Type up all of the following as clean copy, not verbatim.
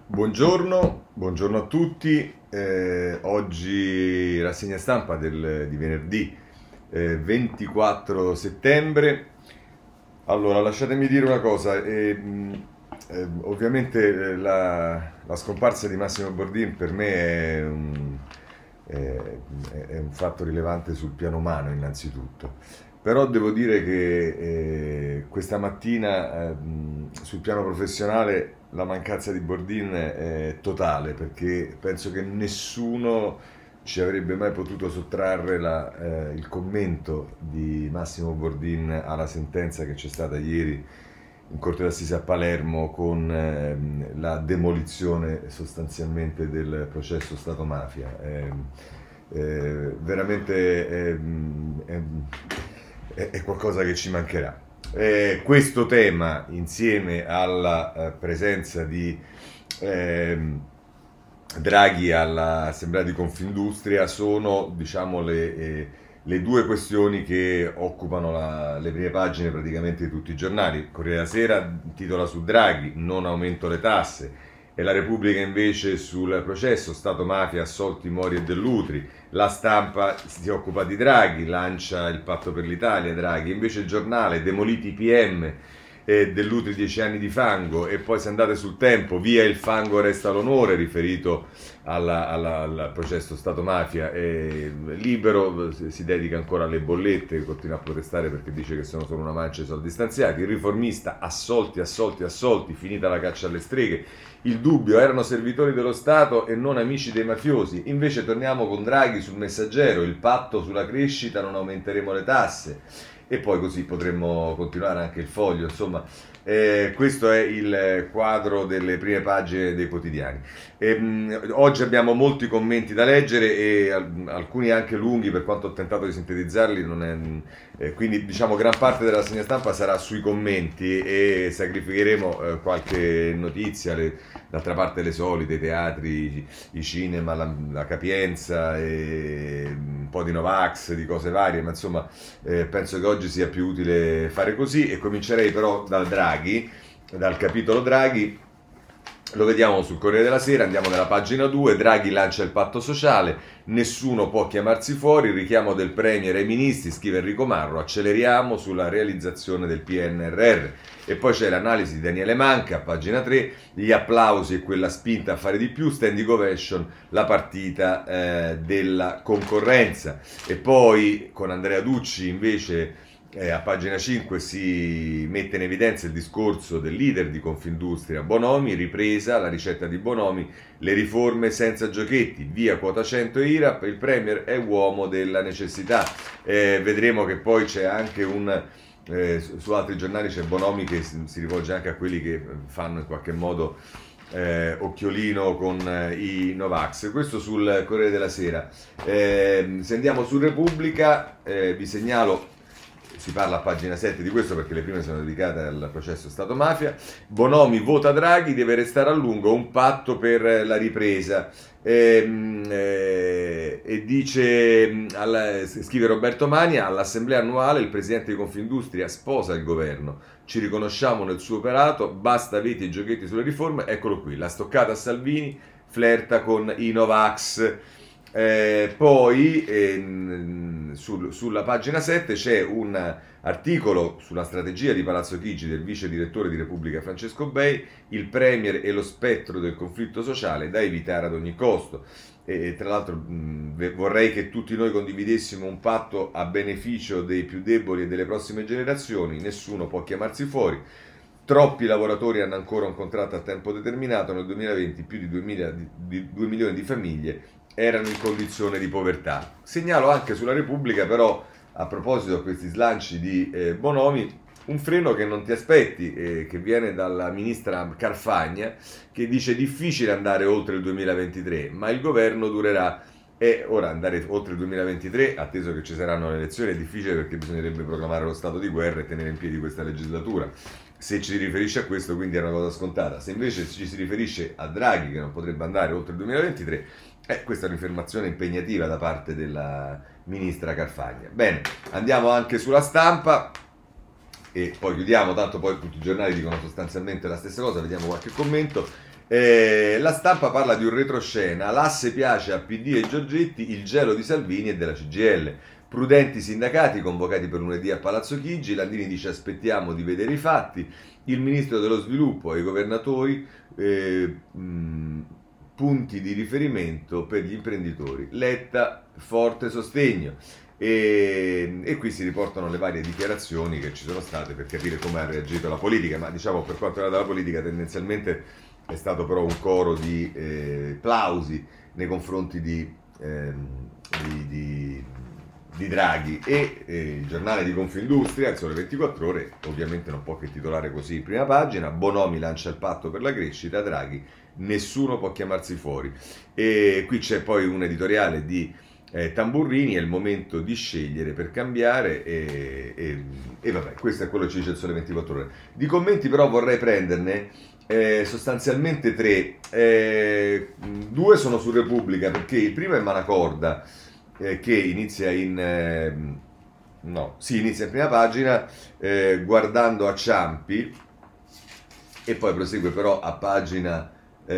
Buongiorno a tutti. Oggi rassegna stampa di venerdì 24 settembre. Allora, lasciatemi dire una cosa. Ovviamente la scomparsa di Massimo Bordin per me è un fatto rilevante sul piano umano innanzitutto. Però devo dire che questa mattina sul piano professionale la mancanza di Bordin è totale perché penso che nessuno ci avrebbe mai potuto sottrarre il commento di Massimo Bordin alla sentenza che c'è stata ieri in Corte d'Assise a Palermo con la demolizione sostanzialmente del processo Stato-mafia. Veramente è qualcosa che ci mancherà. Questo tema, insieme alla presenza di ehm, Draghi all'Assemblea di Confindustria, sono diciamo le due questioni che occupano le prime pagine praticamente di tutti i giornali. Corriere della Sera titola su Draghi, non aumento le tasse, e la Repubblica invece sul processo Stato-mafia, assolti Mori e Dell'Utri. La Stampa si occupa di Draghi, lancia il patto per l'Italia Draghi, invece il Giornale, demoliti i PM, Dell'Utri 10 anni di fango, e poi se andate sul Tempo, via il fango resta l'onore, riferito al processo Stato-mafia. Libero si dedica ancora alle bollette, continua a protestare perché dice che sono solo una mancia di soldi stanziati. Il Riformista, assolti, assolti, assolti, finita la caccia alle streghe. Il Dubbio, erano servitori dello Stato e non amici dei mafiosi. Invece torniamo con Draghi sul Messaggero, il patto sulla crescita, non aumenteremo le tasse. E poi così potremmo continuare anche il Foglio, insomma. Questo è il quadro delle prime pagine dei quotidiani. Oggi abbiamo molti commenti da leggere e alcuni anche lunghi, per quanto ho tentato di sintetizzarli, quindi diciamo gran parte della rassegna stampa sarà sui commenti e sacrificheremo qualche notizia, d'altra parte le solite, i teatri, i cinema, la capienza, e un po' di Novax, di cose varie, ma insomma penso che oggi sia più utile fare così, e comincerei però dal capitolo Draghi. Lo vediamo sul Corriere della Sera, andiamo nella pagina 2, Draghi lancia il patto sociale, nessuno può chiamarsi fuori, il richiamo del Premier ai ministri, scrive Enrico Marro, acceleriamo sulla realizzazione del PNRR. E poi c'è l'analisi di Daniele Manca, a pagina 3, gli applausi e quella spinta a fare di più, standing ovation, la partita della concorrenza. E poi con Andrea Ducci invece a pagina 5 si mette in evidenza il discorso del leader di Confindustria Bonomi, ripresa la ricetta di Bonomi, le riforme senza giochetti, via quota 100 IRAP, il Premier è uomo della necessità. Vedremo che poi c'è anche su altri giornali c'è Bonomi che si rivolge anche a quelli che fanno in qualche modo occhiolino con i Novax. Questo sul Corriere della Sera. Se andiamo su Repubblica, vi segnalo, si parla a pagina 7 di questo perché le prime sono dedicate al processo Stato-mafia. Bonomi vota Draghi, deve restare a lungo un patto per la ripresa. E dice, scrive Roberto Mania, all'assemblea annuale il presidente di Confindustria sposa il governo, ci riconosciamo nel suo operato, basta veti e giochetti sulle riforme, eccolo qui, la stoccata a Salvini, flirta con i Novax. Poi sulla pagina 7 c'è un articolo sulla strategia di Palazzo Chigi del vice direttore di Repubblica Francesco Bei, il Premier e lo spettro del conflitto sociale da evitare ad ogni costo. E tra l'altro vorrei che tutti noi condividessimo un patto a beneficio dei più deboli e delle prossime generazioni, nessuno può chiamarsi fuori. Troppi lavoratori hanno ancora un contratto a tempo determinato, nel 2020 più di 2 milioni di famiglie erano in condizione di povertà. Segnalo anche sulla Repubblica, però, a proposito di questi slanci di Bonomi, un freno che non ti aspetti, che viene dalla ministra Carfagna, che dice difficile andare oltre il 2023, ma il governo durerà. E ora andare oltre il 2023, atteso che ci saranno le elezioni, è difficile perché bisognerebbe proclamare lo stato di guerra e tenere in piedi questa legislatura. Se ci si riferisce a questo, quindi è una cosa scontata. Se invece ci si riferisce a Draghi, che non potrebbe andare oltre il 2023, questa è un'affermazione impegnativa da parte della ministra Carfagna. Bene, andiamo anche sulla Stampa e poi chiudiamo, tanto poi tutti i giornali dicono sostanzialmente la stessa cosa, vediamo qualche commento. La Stampa parla di un retroscena, l'asse piace a PD e Giorgetti, il gelo di Salvini e della CGIL. Prudenti sindacati convocati per lunedì a Palazzo Chigi, Landini dice aspettiamo di vedere i fatti, il ministro dello sviluppo e i governatori punti di riferimento per gli imprenditori, Letta forte sostegno. E qui si riportano le varie dichiarazioni che ci sono state per capire come ha reagito la politica, ma diciamo per quanto riguarda la politica tendenzialmente è stato però un coro di plausi nei confronti di Draghi e il giornale di Confindustria, il Sole 24 Ore, ovviamente non può che titolare così in prima pagina, Bonomi lancia il patto per la crescita, Draghi, nessuno può chiamarsi fuori. E qui c'è poi un editoriale di Tamburrini, è il momento di scegliere per cambiare e vabbè, questo è quello che ci dice il Sole 24 Ore. Di commenti però vorrei prenderne sostanzialmente tre. Due sono su Repubblica, perché il primo è Manacorda, che inizia inizia in prima pagina guardando a Ciampi e poi prosegue però a pagina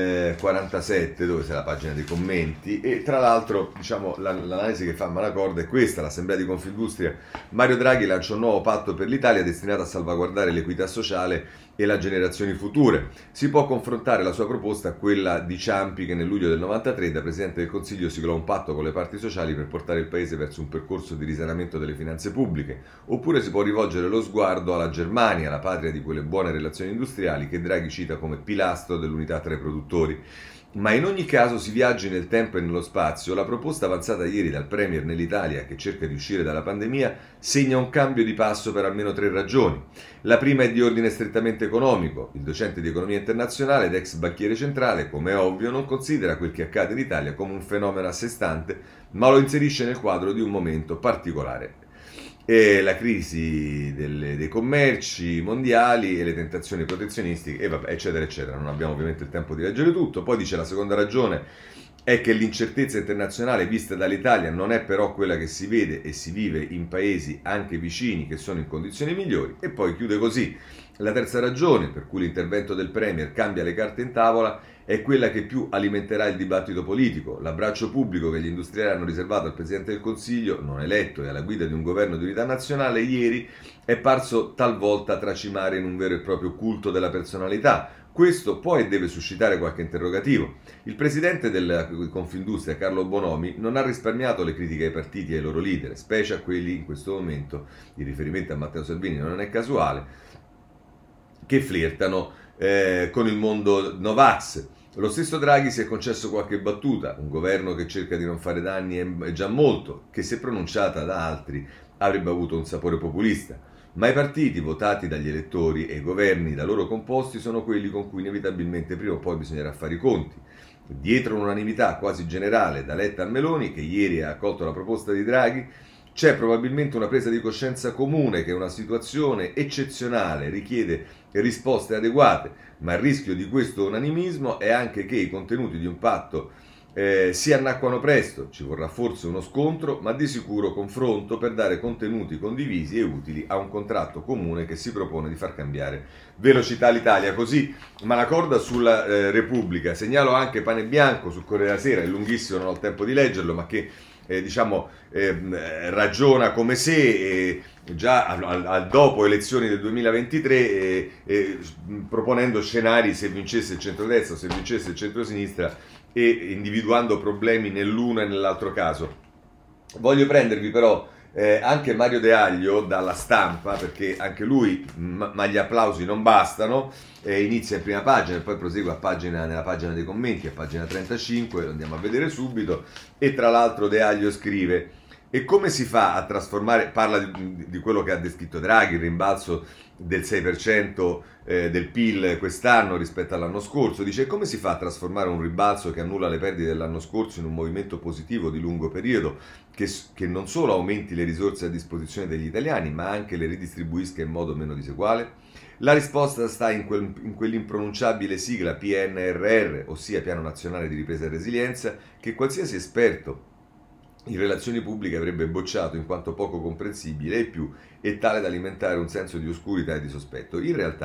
47, dove c'è la pagina dei commenti, e tra l'altro diciamo l'analisi che fa Manacorda è questa: l'assemblea di Confindustria, Mario Draghi lancia un nuovo patto per l'Italia destinato a salvaguardare l'equità sociale e le generazioni future. Si può confrontare la sua proposta a quella di Ciampi, che nel luglio del 93 da Presidente del Consiglio siglò un patto con le parti sociali per portare il Paese verso un percorso di risanamento delle finanze pubbliche, oppure si può rivolgere lo sguardo alla Germania, la patria di quelle buone relazioni industriali che Draghi cita come pilastro dell'unità tra i produttori. Ma in ogni caso si viaggi nel tempo e nello spazio, la proposta avanzata ieri dal Premier nell'Italia, che cerca di uscire dalla pandemia, segna un cambio di passo per almeno tre ragioni. La prima è di ordine strettamente economico. Il docente di economia internazionale ed ex banchiere centrale, come è ovvio, non considera quel che accade in Italia come un fenomeno a sé stante, ma lo inserisce nel quadro di un momento particolare. E la crisi dei commerci mondiali e le tentazioni protezionistiche, e vabbè, eccetera, eccetera. Non abbiamo ovviamente il tempo di leggere tutto. Poi dice la seconda ragione è che l'incertezza internazionale vista dall'Italia non è però quella che si vede e si vive in paesi anche vicini che sono in condizioni migliori. E poi chiude così: la terza ragione per cui l'intervento del Premier cambia le carte in tavola è quella che più alimenterà il dibattito politico. L'abbraccio pubblico che gli industriali hanno riservato al Presidente del Consiglio, non eletto e alla guida di un governo di unità nazionale, ieri è parso talvolta tracimare in un vero e proprio culto della personalità. Questo può e deve suscitare qualche interrogativo. Il presidente della Confindustria, Carlo Bonomi, non ha risparmiato le critiche ai partiti e ai loro leader, specie a quelli in questo momento, il riferimento a Matteo Salvini non è casuale, che flirtano con il mondo Novax. Lo stesso Draghi si è concesso qualche battuta: un governo che cerca di non fare danni è già molto, che se pronunciata da altri avrebbe avuto un sapore populista. Ma i partiti votati dagli elettori e i governi da loro composti sono quelli con cui inevitabilmente prima o poi bisognerà fare i conti. Dietro un'unanimità quasi generale da Letta a Meloni, che ieri ha accolto la proposta di Draghi, c'è probabilmente una presa di coscienza comune che una situazione eccezionale richiede risposte adeguate, ma il rischio di questo unanimismo è anche che i contenuti di un patto si annacquano presto. Ci vorrà forse uno scontro, ma di sicuro confronto per dare contenuti condivisi e utili a un contratto comune che si propone di far cambiare velocità all'Italia. Così Manacorda sulla Repubblica. Segnalo anche Pane Bianco sul Corriere della Sera, è lunghissimo, non ho il tempo di leggerlo, ma che ragiona come se già al dopo elezioni del 2023 proponendo scenari se vincesse il centrodestra o se vincesse il centrosinistra e individuando problemi nell'uno e nell'altro caso. Voglio prendervi però anche Mario De Aglio dalla Stampa, perché anche lui, ma gli applausi non bastano, inizia in prima pagina e poi prosegue nella pagina dei commenti, a pagina 35, lo andiamo a vedere subito, e tra l'altro De Aglio scrive: e come si fa a trasformare, parla di quello che ha descritto Draghi, il rimbalzo del 6% del PIL quest'anno rispetto all'anno scorso, dice: come si fa a trasformare un rimbalzo che annulla le perdite dell'anno scorso in un movimento positivo di lungo periodo che non solo aumenti le risorse a disposizione degli italiani ma anche le ridistribuisca in modo meno diseguale? La risposta sta in quell'impronunciabile sigla PNRR, ossia Piano Nazionale di Ripresa e Resilienza, che qualsiasi esperto in relazioni pubbliche avrebbe bocciato in quanto poco comprensibile e tale da alimentare un senso di oscurità e di sospetto. In realtà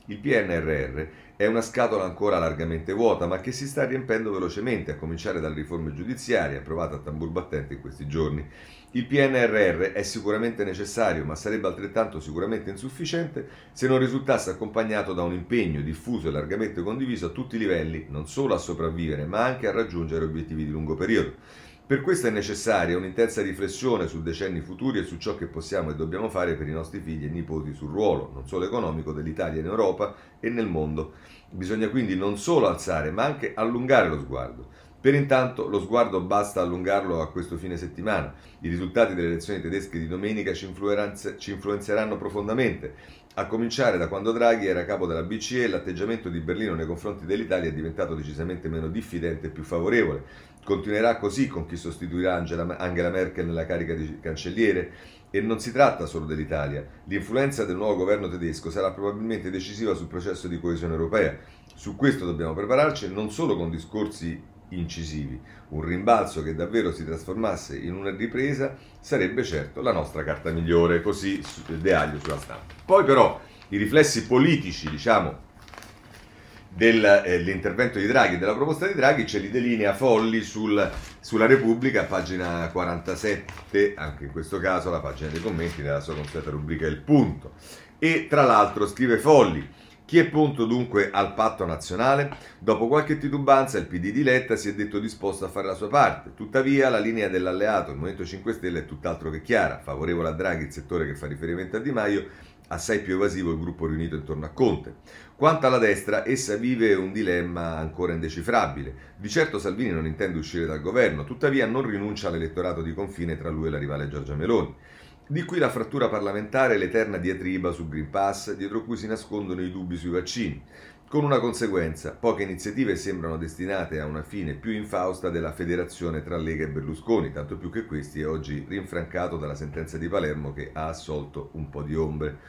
Il PNRR è una scatola ancora largamente vuota, ma che si sta riempendo velocemente, a cominciare dalle riforme giudiziarie approvate a tambur battente in questi giorni. Il PNRR è sicuramente necessario, ma sarebbe altrettanto sicuramente insufficiente se non risultasse accompagnato da un impegno diffuso e largamente condiviso a tutti i livelli, non solo a sopravvivere, ma anche a raggiungere obiettivi di lungo periodo. Per questo è necessaria un'intensa riflessione su decenni futuri e su ciò che possiamo e dobbiamo fare per i nostri figli e nipoti sul ruolo, non solo economico, dell'Italia in Europa e nel mondo. Bisogna quindi non solo alzare, ma anche allungare lo sguardo. Per intanto lo sguardo basta allungarlo a questo fine settimana. I risultati delle elezioni tedesche di domenica ci influenzeranno profondamente. A cominciare da quando Draghi era capo della BCE, l'atteggiamento di Berlino nei confronti dell'Italia è diventato decisamente meno diffidente e più favorevole. Continuerà così con chi sostituirà Angela Merkel nella carica di cancelliere? E non si tratta solo dell'Italia. L'influenza del nuovo governo tedesco sarà probabilmente decisiva sul processo di coesione europea. Su questo dobbiamo prepararci non solo con discorsi incisivi. Un rimbalzo che davvero si trasformasse in una ripresa sarebbe certo la nostra carta migliore, così De Aglio sulla stampa. Poi però i riflessi politici, diciamo, dell'intervento di Draghi e della proposta di Draghi ce li delinea Folli sulla Repubblica, pagina 47, anche in questo caso la pagina dei commenti della sua consueta rubrica Il Punto. E tra l'altro scrive Folli: chi è pronto dunque al patto nazionale? Dopo qualche titubanza il PD di Letta si è detto disposto a fare la sua parte, tuttavia la linea dell'alleato, il Movimento 5 Stelle, è tutt'altro che chiara, favorevole a Draghi il settore che fa riferimento a Di Maio, assai più evasivo il gruppo riunito intorno a Conte. Quanto alla destra, essa vive un dilemma ancora indecifrabile. Di certo Salvini non intende uscire dal governo, tuttavia non rinuncia all'elettorato di confine tra lui e la rivale Giorgia Meloni. Di qui la frattura parlamentare e l'eterna diatriba sul Green Pass, dietro cui si nascondono i dubbi sui vaccini. Con una conseguenza, poche iniziative sembrano destinate a una fine più infausta della federazione tra Lega e Berlusconi, tanto più che questi è oggi rinfrancato dalla sentenza di Palermo che ha dissolto un po' di ombre.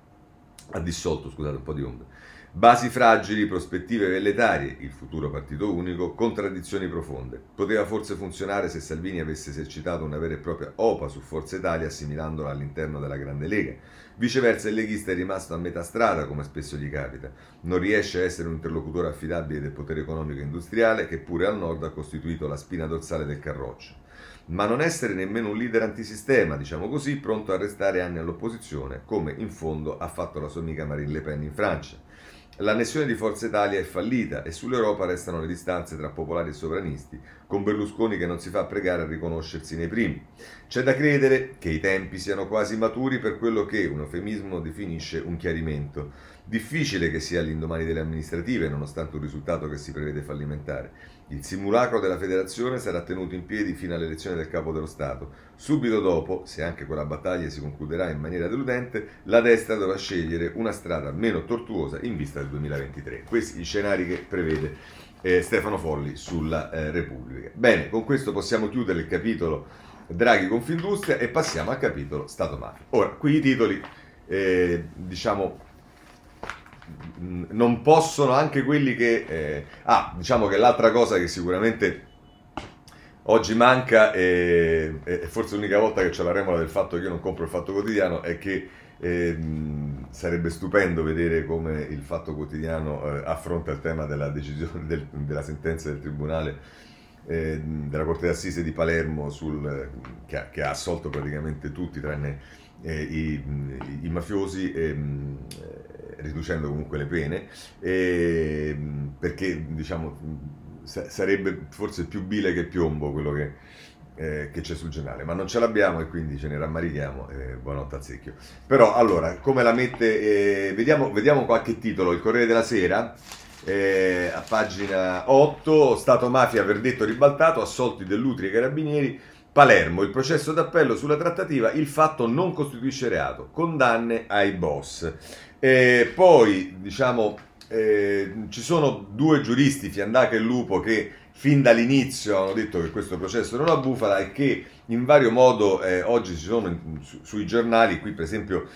Basi fragili, prospettive velletarie, il futuro partito unico, contraddizioni profonde. Poteva forse funzionare se Salvini avesse esercitato una vera e propria OPA su Forza Italia assimilandola all'interno della Grande Lega. Viceversa il leghista è rimasto a metà strada, come spesso gli capita. Non riesce a essere un interlocutore affidabile del potere economico e industriale, che pure al nord ha costituito la spina dorsale del carroccio. Ma non essere nemmeno un leader antisistema, diciamo così, pronto a restare anni all'opposizione, come in fondo ha fatto la sua amica Marine Le Pen in Francia. L'annessione di Forza Italia è fallita e sull'Europa restano le distanze tra popolari e sovranisti, con Berlusconi che non si fa pregare a riconoscersi nei primi. C'è da credere che i tempi siano quasi maturi per quello che un eufemismo definisce un chiarimento. Difficile che sia all'indomani delle amministrative, nonostante un risultato che si prevede fallimentare. Il simulacro della federazione sarà tenuto in piedi fino all'elezione del capo dello Stato. Subito dopo, se anche quella battaglia si concluderà in maniera deludente, la destra dovrà scegliere una strada meno tortuosa in vista del 2023. Questi gli scenari che prevede Stefano Folli sulla Repubblica. Bene, con questo possiamo chiudere il capitolo Draghi Confindustria e passiamo al capitolo Stato-Mafia. Ora, qui i titoli, diciamo, non possono, anche quelli che diciamo che l'altra cosa che sicuramente oggi manca e forse l'unica volta che c'è la remora del fatto che io non compro il Fatto Quotidiano è che sarebbe stupendo vedere come il Fatto Quotidiano affronta il tema della decisione della sentenza del tribunale della Corte d'Assise di Palermo che ha assolto praticamente tutti tranne i mafiosi, riducendo comunque le pene, perché diciamo sarebbe forse più bile che piombo quello che c'è sul giornale, ma non ce l'abbiamo e quindi ce ne rammarichiamo. Buonanotte al secchio. Però allora, come la mette? Vediamo qualche titolo. Il Corriere della Sera, a pagina 8, Stato Mafia, verdetto ribaltato, assolti Dell'Utri e Carabinieri. Palermo, il processo d'appello sulla trattativa, il fatto non costituisce reato, condanne ai boss. Poi, diciamo, ci sono due giuristi, Fiandaca e Lupo, che fin dall'inizio hanno detto che questo processo non ha bufala e che in vario modo oggi ci sono sui giornali, qui per esempio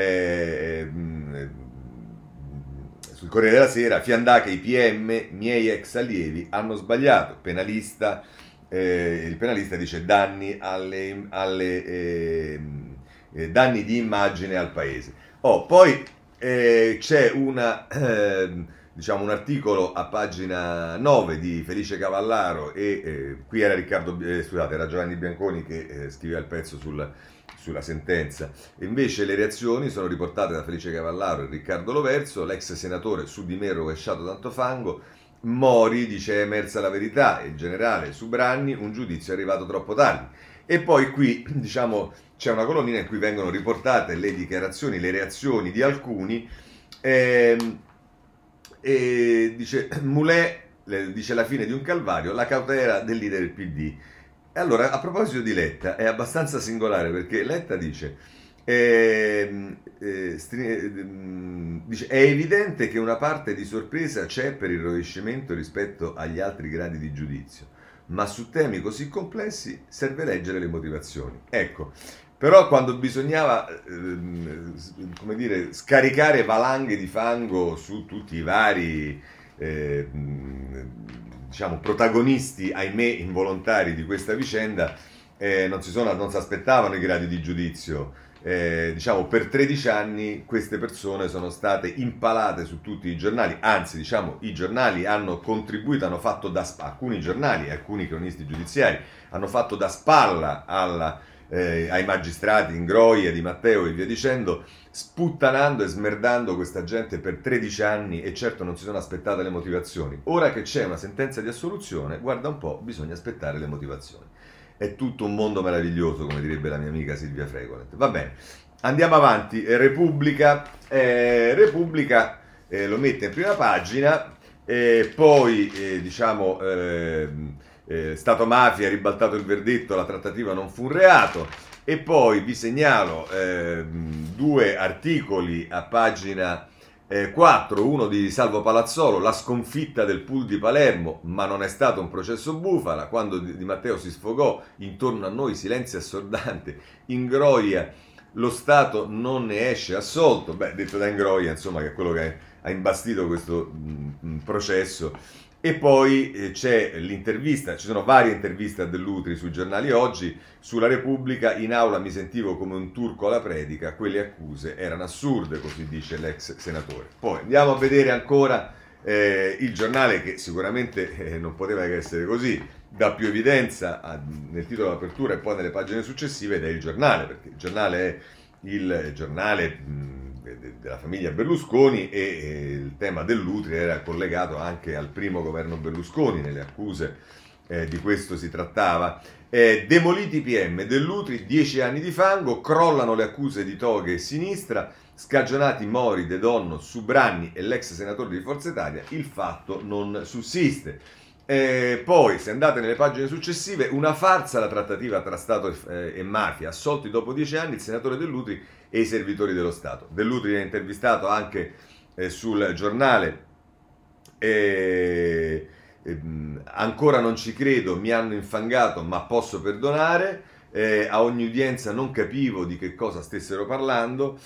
sul Corriere della Sera, Fiandaca, i PM, miei ex allievi, hanno sbagliato, penalista. Il penalista dice danni danni di immagine al paese. Poi c'è diciamo un articolo a pagina 9 di Felice Cavallaro qui era scusate, era Giovanni Bianconi che scriveva il pezzo sulla sentenza. E invece le reazioni sono riportate da Felice Cavallaro e Riccardo Loverso. L'ex senatore: su di me rovesciato tanto fango. Mori dice: è emersa la verità. Il generale Subranni: un giudizio è arrivato troppo tardi. E poi qui, diciamo, c'è una colonnina in cui vengono riportate le dichiarazioni, le reazioni di alcuni. E dice Moulet, dice: la fine di un calvario, la cautela del leader del PD. E allora, a proposito di Letta, è abbastanza singolare perché Letta dice: dice: è evidente che una parte di sorpresa c'è per il rovesciamento rispetto agli altri gradi di giudizio, ma su temi così complessi serve leggere le motivazioni. Ecco, però quando bisognava come dire, scaricare valanghe di fango su tutti i vari diciamo protagonisti, ahimè involontari, di questa vicenda, non si aspettavano i gradi di giudizio. Diciamo, per 13 anni queste persone sono state impalate su tutti i giornali, anzi, diciamo, i giornali hanno contribuito, hanno fatto alcuni giornali, alcuni cronisti giudiziari hanno fatto da spalla ai magistrati Ingroia, Di Matteo e via dicendo, sputtanando e smerdando questa gente per 13 anni, e certo non si sono aspettate le motivazioni. Ora che c'è una sentenza di assoluzione, guarda un po', bisogna aspettare le motivazioni. È tutto un mondo meraviglioso, come direbbe la mia amica Silvia Fregolet. Va bene, andiamo avanti. Repubblica lo mette in prima pagina, poi diciamo Stato mafia, ribaltato il verdetto, la trattativa non fu un reato. E poi vi segnalo due articoli a pagina 4, uno di Salvo Palazzolo: la sconfitta del pool di Palermo, ma non è stato un processo bufala. Quando Di Matteo si sfogò, intorno a noi silenzio assordante. Ingroia: lo Stato non ne esce assolto. Beh, detto da Ingroia, insomma, che è quello che ha imbastito questo processo. E poi c'è l'intervista, ci sono varie interviste a Dell'Utri sui giornali oggi. Sulla Repubblica: in aula mi sentivo come un turco alla predica, quelle accuse erano assurde, così dice l'ex senatore. Poi andiamo a vedere ancora il giornale, che sicuramente non poteva che essere così, dà più evidenza nel titolo d'apertura e poi nelle pagine successive, ed è il Giornale, perché il Giornale è il giornale della famiglia Berlusconi, e il tema Dell'Utri era collegato anche al primo governo Berlusconi, nelle accuse di questo si trattava. Demoliti i PM, Dell'Utri, 10 anni di fango, crollano le accuse di Toghe e sinistra, scagionati Mori, De Donno, Subranni e l'ex senatore di Forza Italia, il fatto non sussiste. Poi, se andate nelle pagine successive, una farsa la trattativa tra Stato e mafia, assolti dopo 10 anni il senatore Dell'Utri e i servitori dello Stato. Dell'Utri è intervistato anche sul Giornale. Ancora non ci credo, mi hanno infangato ma posso perdonare. A ogni udienza non capivo di che cosa stessero parlando.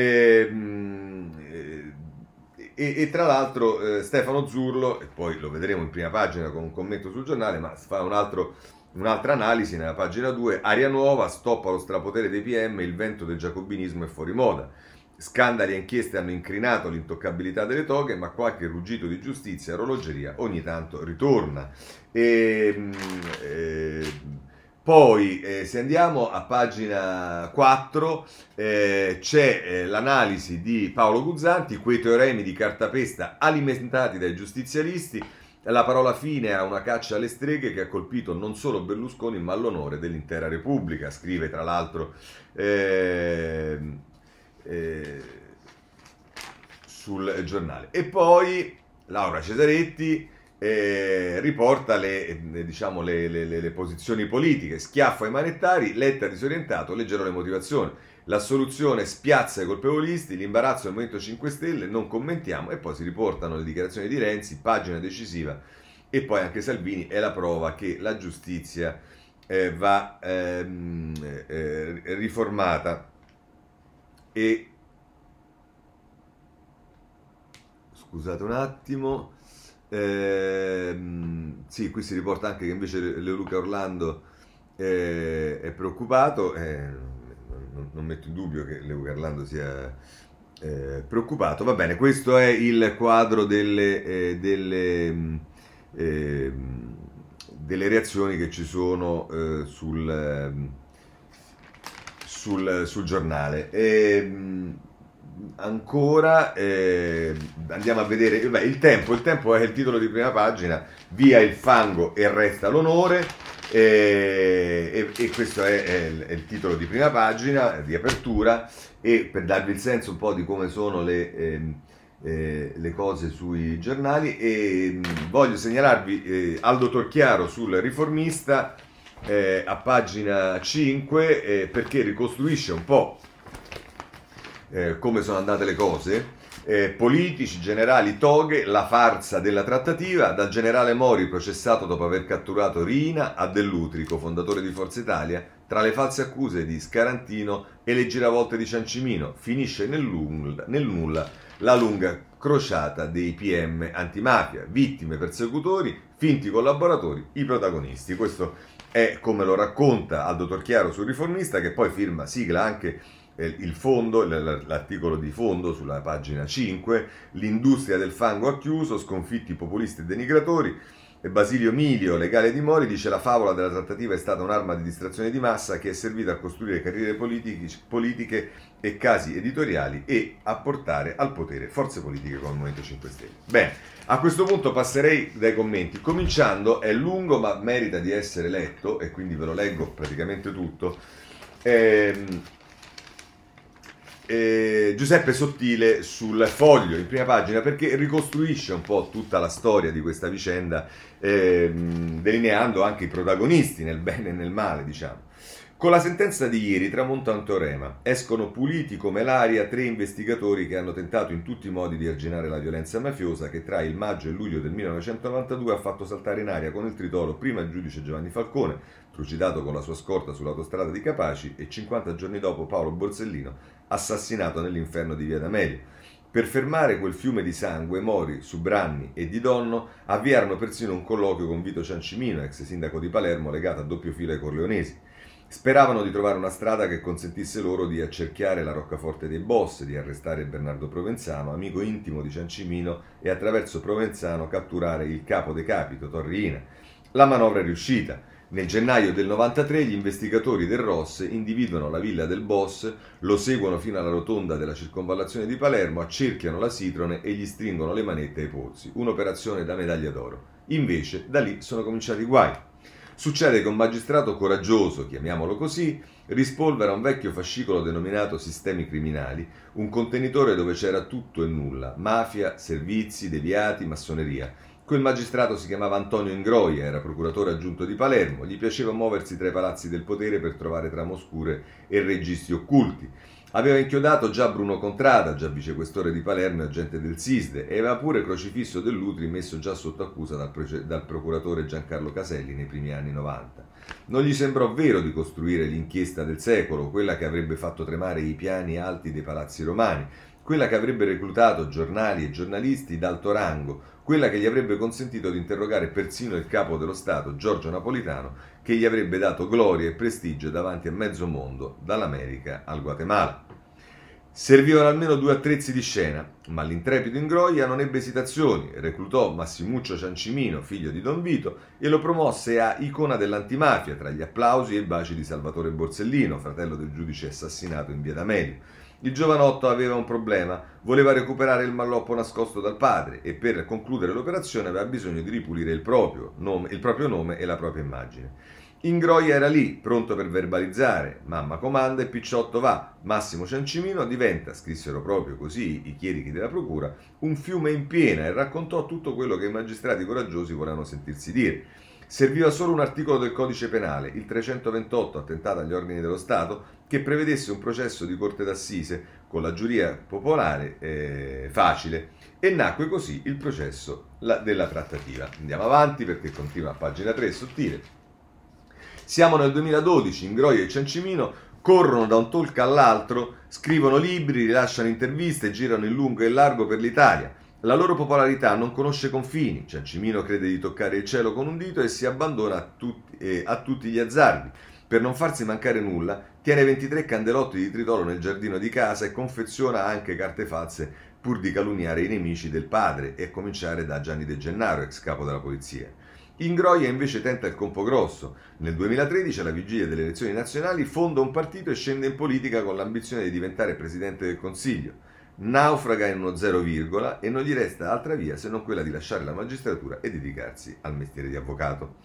E tra l'altro Stefano Zurlo, e poi lo vedremo in prima pagina con un commento sul Giornale, ma fa un'altra analisi nella pagina 2. Aria nuova, stop allo strapotere dei PM, il vento del giacobinismo è fuori moda. Scandali e inchieste hanno incrinato l'intoccabilità delle toghe, ma qualche ruggito di giustizia e orologeria ogni tanto ritorna. Poi, se andiamo a pagina 4, c'è l'analisi di Paolo Guzzanti: quei teoremi di cartapesta alimentati dai giustizialisti, la parola fine a una caccia alle streghe che ha colpito non solo Berlusconi ma l'onore dell'intera Repubblica. Scrive tra l'altro sul Giornale. E poi Laura Cesaretti riporta le posizioni politiche: schiaffo ai manettari, Letta disorientato, leggero le motivazioni, l'assoluzione spiazza i colpevolisti, l'imbarazzo del Movimento 5 Stelle, non commentiamo. E poi si riportano le dichiarazioni di Renzi, pagina decisiva, e poi anche Salvini: è la prova che la giustizia va riformata. E scusate un attimo. Sì, qui si riporta anche che invece Leoluca Orlando è preoccupato. Non metto in dubbio che Leoluca Orlando sia preoccupato. Va bene, questo è il quadro delle reazioni che ci sono sul giornale. Ancora andiamo a vedere il tempo è il titolo di prima pagina, via il fango e resta l'onore, e questo è il titolo di prima pagina di apertura, e per darvi il senso un po' di come sono le cose sui giornali, e voglio segnalarvi Aldo Torchiaro sul Riformista, a pagina 5, perché ricostruisce un po' come sono andate le cose. Politici, generali, toghe, la farsa della trattativa, dal generale Mori processato dopo aver catturato Riina a Dell'Utrico, fondatore di Forza Italia, tra le false accuse di Scarantino e le giravolte di Ciancimino, finisce nel nulla la lunga crociata dei PM antimafia, vittime, persecutori, finti collaboratori, i protagonisti. Questo è come lo racconta Aldo Torchiaro sul Riformista, che poi sigla anche il fondo, l'articolo di fondo sulla pagina 5, l'industria del fango ha chiuso, sconfitti populisti e denigratori. Basilio Milio, legale di Mori, dice: la favola della trattativa è stata un'arma di distrazione di massa che è servita a costruire carriere politiche e casi editoriali e a portare al potere forze politiche come il Movimento 5 Stelle. Bene, a questo punto passerei dai commenti, cominciando, è lungo ma merita di essere letto e quindi ve lo leggo praticamente tutto. Giuseppe Sottile sul Foglio in prima pagina, perché ricostruisce un po' tutta la storia di questa vicenda, delineando anche i protagonisti nel bene e nel male, diciamo. Con la sentenza di ieri tramonta un teorema: escono puliti come l'aria 3 investigatori che hanno tentato in tutti i modi di arginare la violenza mafiosa che tra il maggio e il luglio del 1992 ha fatto saltare in aria con il tritolo prima il giudice Giovanni Falcone, trucidato con la sua scorta sull'autostrada di Capaci, e 50 giorni dopo Paolo Borsellino, assassinato nell'inferno di Via D'Amelio. Per fermare quel fiume di sangue, Mori, Subranni e Di Donno avviarono persino un colloquio con Vito Ciancimino, ex sindaco di Palermo, legato a doppio filo ai Corleonesi. Speravano di trovare una strada che consentisse loro di accerchiare la roccaforte dei boss, di arrestare Bernardo Provenzano, amico intimo di Ciancimino, e attraverso Provenzano catturare il capo dei capi, Totò Riina. La manovra è riuscita. Nel gennaio del 93 gli investigatori del ROS individuano la villa del boss, lo seguono fino alla rotonda della circonvallazione di Palermo, accerchiano la Citrone e gli stringono le manette ai polsi. Un'operazione da medaglia d'oro. Invece, da lì sono cominciati i guai. Succede che un magistrato coraggioso, chiamiamolo così, rispolvera un vecchio fascicolo denominato Sistemi Criminali, un contenitore dove c'era tutto e nulla: mafia, servizi, deviati, massoneria. Quel magistrato si chiamava Antonio Ingroia, era procuratore aggiunto di Palermo, gli piaceva muoversi tra i palazzi del potere per trovare trame oscure e registri occulti. Aveva inchiodato già Bruno Contrada, già vicequestore di Palermo e agente del SISDE, e aveva pure Crocifisso Dell'Utri messo già sotto accusa dal procuratore Giancarlo Caselli nei primi anni 90. Non gli sembrò vero di costruire l'inchiesta del secolo, quella che avrebbe fatto tremare i piani alti dei palazzi romani, quella che avrebbe reclutato giornali e giornalisti d'alto rango, quella che gli avrebbe consentito di interrogare persino il capo dello Stato, Giorgio Napolitano, che gli avrebbe dato gloria e prestigio davanti a mezzo mondo, dall'America al Guatemala. Servivano almeno 2 attrezzi di scena, ma l'intrepido Ingroia non ebbe esitazioni, reclutò Massimuccio Ciancimino, figlio di Don Vito, e lo promosse a icona dell'antimafia, tra gli applausi e i baci di Salvatore Borsellino, fratello del giudice assassinato in Via D'Amelio. Il giovanotto aveva un problema: voleva recuperare il malloppo nascosto dal padre e per concludere l'operazione aveva bisogno di ripulire il proprio nome e la propria immagine. Ingroia era lì, pronto per verbalizzare: mamma comanda e Picciotto va. Massimo Ciancimino diventa, scrissero proprio così i chierichi della procura, un fiume in piena, e raccontò tutto quello che i magistrati coraggiosi volevano sentirsi dire. Serviva solo un articolo del codice penale, il 328, attentato agli organi dello Stato, che prevedesse un processo di corte d'assise con la giuria popolare facile, e nacque così il processo della trattativa. Andiamo avanti perché continua a pagina 3, Sottile. Siamo nel 2012, Ingroia e Ciancimino corrono da un talk all'altro, scrivono libri, rilasciano interviste, girano in lungo e in largo per l'Italia. La loro popolarità non conosce confini. Ciancimino crede di toccare il cielo con un dito e si abbandona a tutti gli azzardi. Per non farsi mancare nulla, tiene 23 candelotti di tritolo nel giardino di casa e confeziona anche carte false pur di calunniare i nemici del padre, e a cominciare da Gianni De Gennaro, ex capo della polizia. Ingroia invece tenta il colpo grosso. Nel 2013, alla vigilia delle elezioni nazionali, fonda un partito e scende in politica con l'ambizione di diventare presidente del Consiglio. Naufraga in uno zero virgola e non gli resta altra via se non quella di lasciare la magistratura e dedicarsi al mestiere di avvocato.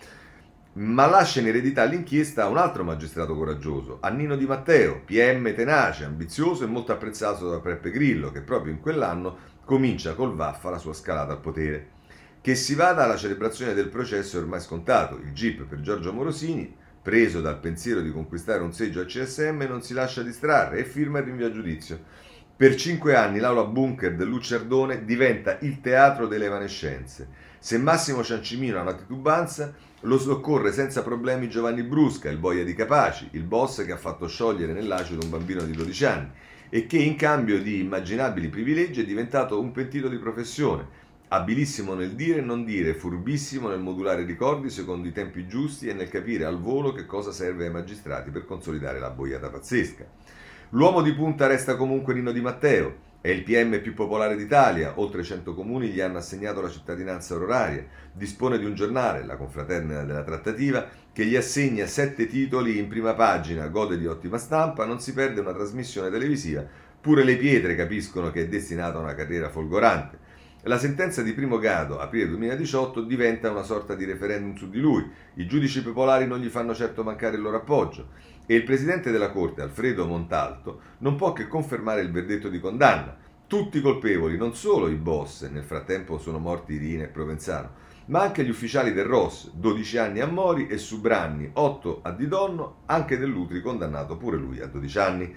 Ma lascia in eredità l'inchiesta a un altro magistrato coraggioso, a Nino Di Matteo, PM tenace, ambizioso e molto apprezzato da Beppe Grillo, che proprio in quell'anno comincia col Vaffa la sua scalata al potere. Che si vada alla celebrazione del processo è ormai scontato. Il GIP per Giorgio Morosini, preso dal pensiero di conquistare un seggio al CSM, non si lascia distrarre e firma il rinvio a giudizio. Per 5 anni l'aula bunker del Luccerdone diventa il teatro delle evanescenze. Se Massimo Ciancimino ha una titubanza, lo soccorre senza problemi Giovanni Brusca, il boia di Capaci, il boss che ha fatto sciogliere nell'acido un bambino di 12 anni e che in cambio di immaginabili privilegi è diventato un pentito di professione, abilissimo nel dire e non dire, furbissimo nel modulare ricordi secondo i tempi giusti e nel capire al volo che cosa serve ai magistrati per consolidare la boiata pazzesca. L'uomo di punta resta comunque Nino Di Matteo, è il PM più popolare d'Italia, oltre 100 comuni gli hanno assegnato la cittadinanza onoraria, dispone di un giornale, la Confraternita della Trattativa, che gli assegna 7 titoli in prima pagina, gode di ottima stampa, non si perde una trasmissione televisiva, pure le pietre capiscono che è destinato a una carriera folgorante. La sentenza di primo grado, aprile 2018, diventa una sorta di referendum su di lui. I giudici popolari non gli fanno certo mancare il loro appoggio e il presidente della Corte, Alfredo Montalto, non può che confermare il verdetto di condanna. Tutti colpevoli, non solo i boss, nel frattempo sono morti Rina e Provenzano, ma anche gli ufficiali del ROS, 12 anni a Mori e Subranni, 8 a Didonno, anche Dell'Utri condannato pure lui a 12 anni.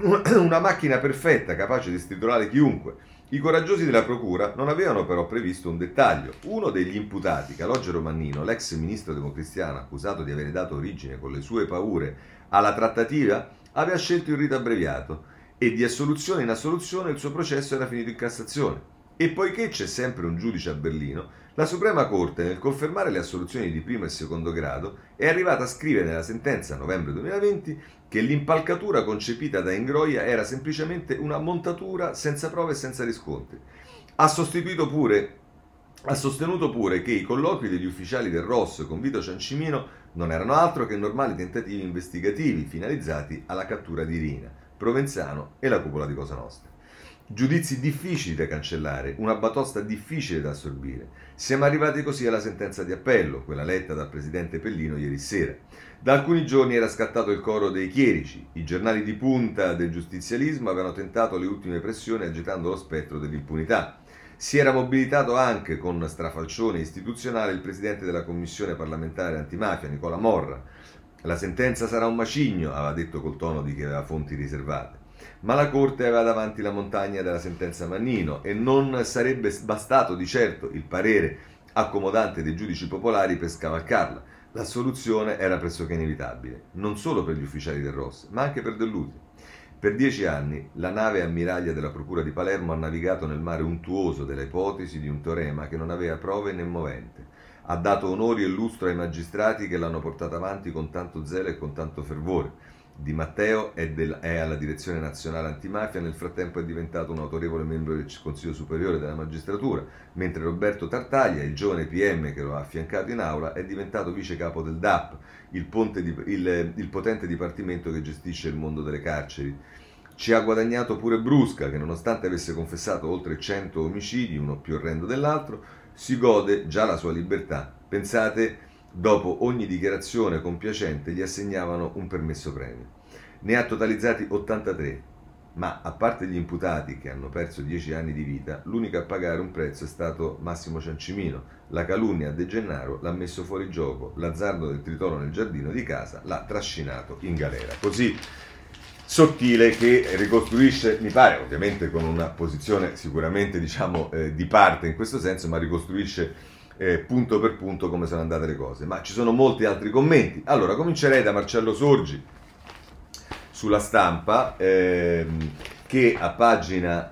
Una macchina perfetta, capace di stritolare chiunque. I coraggiosi della procura non avevano però previsto un dettaglio. Uno degli imputati, Calogero Mannino, l'ex ministro democristiano accusato di avere dato origine con le sue paure alla trattativa, aveva scelto il rito abbreviato e di assoluzione in assoluzione il suo processo era finito in Cassazione. E poiché c'è sempre un giudice a Berlino, la Suprema Corte, nel confermare le assoluzioni di primo e secondo grado, è arrivata a scrivere nella sentenza a novembre 2020 che l'impalcatura concepita da Ingroia era semplicemente una montatura senza prove e senza riscontri. Ha sostenuto pure che i colloqui degli ufficiali del ROS con Vito Ciancimino non erano altro che normali tentativi investigativi finalizzati alla cattura di Rina, Provenzano e la cupola di Cosa Nostra. Giudizi difficili da cancellare, una batosta difficile da assorbire. Siamo arrivati così alla sentenza di appello, quella letta dal presidente Pellino ieri sera. Da alcuni giorni era scattato il coro dei chierici. I giornali di punta del giustizialismo avevano tentato le ultime pressioni agitando lo spettro dell'impunità. Si era mobilitato anche con strafalcione istituzionale il presidente della commissione parlamentare antimafia, Nicola Morra. La sentenza sarà un macigno, aveva detto col tono di chi aveva fonti riservate. Ma la Corte aveva davanti la montagna della sentenza Mannino e non sarebbe bastato di certo il parere accomodante dei giudici popolari per scavalcarla. La soluzione era pressoché inevitabile, non solo per gli ufficiali del ROS, ma anche per Dell'Utri. Per 10 anni la nave ammiraglia della Procura di Palermo ha navigato nel mare untuoso della ipotesi di un teorema che non aveva prove né movente. Ha dato onori e lustro ai magistrati che l'hanno portata avanti con tanto zelo e con tanto fervore. Di Matteo è alla direzione nazionale antimafia, nel frattempo è diventato un autorevole membro del Consiglio Superiore della Magistratura, mentre Roberto Tartaglia, il giovane PM che lo ha affiancato in aula, è diventato vice capo del DAP, il potente dipartimento che gestisce il mondo delle carceri. Ci ha guadagnato pure Brusca, che nonostante avesse confessato oltre 100 omicidi, uno più orrendo dell'altro, si gode già la sua libertà. Pensate, dopo ogni dichiarazione compiacente gli assegnavano un permesso premio. Ne ha totalizzati 83, ma a parte gli imputati che hanno perso 10 anni di vita, l'unico a pagare un prezzo è stato Massimo Ciancimino. La calunnia a De Gennaro l'ha messo fuori gioco, l'azzardo del tritolo nel giardino di casa l'ha trascinato in galera. Così sottile che ricostruisce, mi pare, ovviamente con una posizione sicuramente di parte in questo senso, ma ricostruisce punto per punto come sono andate le cose. Ma ci sono molti altri commenti. Allora, comincerei da Marcello Sorgi sulla Stampa, che a pagina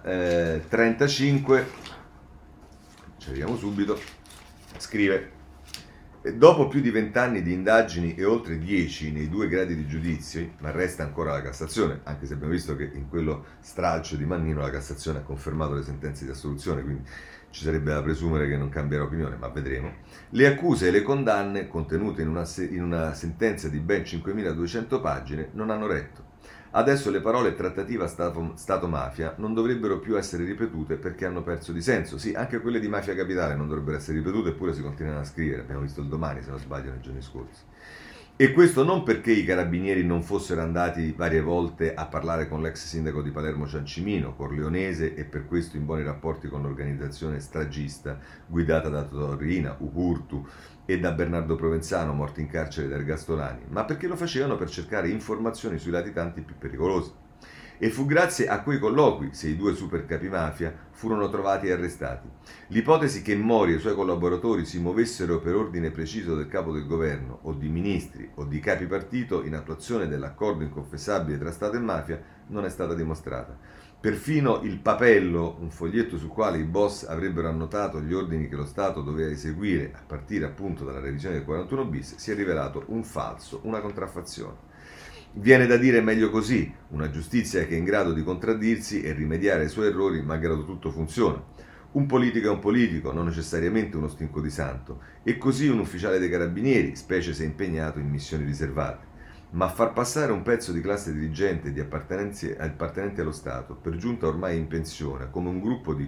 35, ci arriviamo subito, scrive: Dopo più di 20 anni di indagini e oltre 10 nei 2 gradi di giudizio, ma resta ancora la Cassazione, anche se abbiamo visto che in quello stralcio di Mannino la Cassazione ha confermato le sentenze di assoluzione, quindi ci sarebbe da presumere che non cambierà opinione, ma vedremo. Le accuse e le condanne contenute in una sentenza di ben 5.200 pagine non hanno retto. Adesso le parole trattativa Stato-mafia non dovrebbero più essere ripetute perché hanno perso di senso. Sì, anche quelle di Mafia Capitale non dovrebbero essere ripetute, eppure si continuano a scrivere. Abbiamo visto il Domani, se non sbaglio, nei giorni scorsi. E questo non perché i carabinieri non fossero andati varie volte a parlare con l'ex sindaco di Palermo Ciancimino, corleonese e per questo in buoni rapporti con l'organizzazione stragista guidata da Torrina, Ucurtu e da Bernardo Provenzano, morto in carcere da Ergastolani, ma perché lo facevano per cercare informazioni sui latitanti più pericolosi. E fu grazie a quei colloqui se i 2 super capi mafia furono trovati e arrestati. L'ipotesi che Mori e i suoi collaboratori si muovessero per ordine preciso del capo del governo, o di ministri, o di capi partito in attuazione dell'accordo inconfessabile tra Stato e mafia non è stata dimostrata. Perfino il papello, un foglietto sul quale i boss avrebbero annotato gli ordini che lo Stato doveva eseguire a partire appunto dalla revisione del 41 bis, si è rivelato un falso, una contraffazione. Viene da dire meglio così, una giustizia che è in grado di contraddirsi e rimediare ai suoi errori malgrado tutto funziona. Un politico è un politico, non necessariamente uno stinco di santo, e così un ufficiale dei carabinieri, specie se impegnato in missioni riservate. Ma far passare un pezzo di classe dirigente di appartenenti allo Stato, per giunta ormai in pensione, come un gruppo di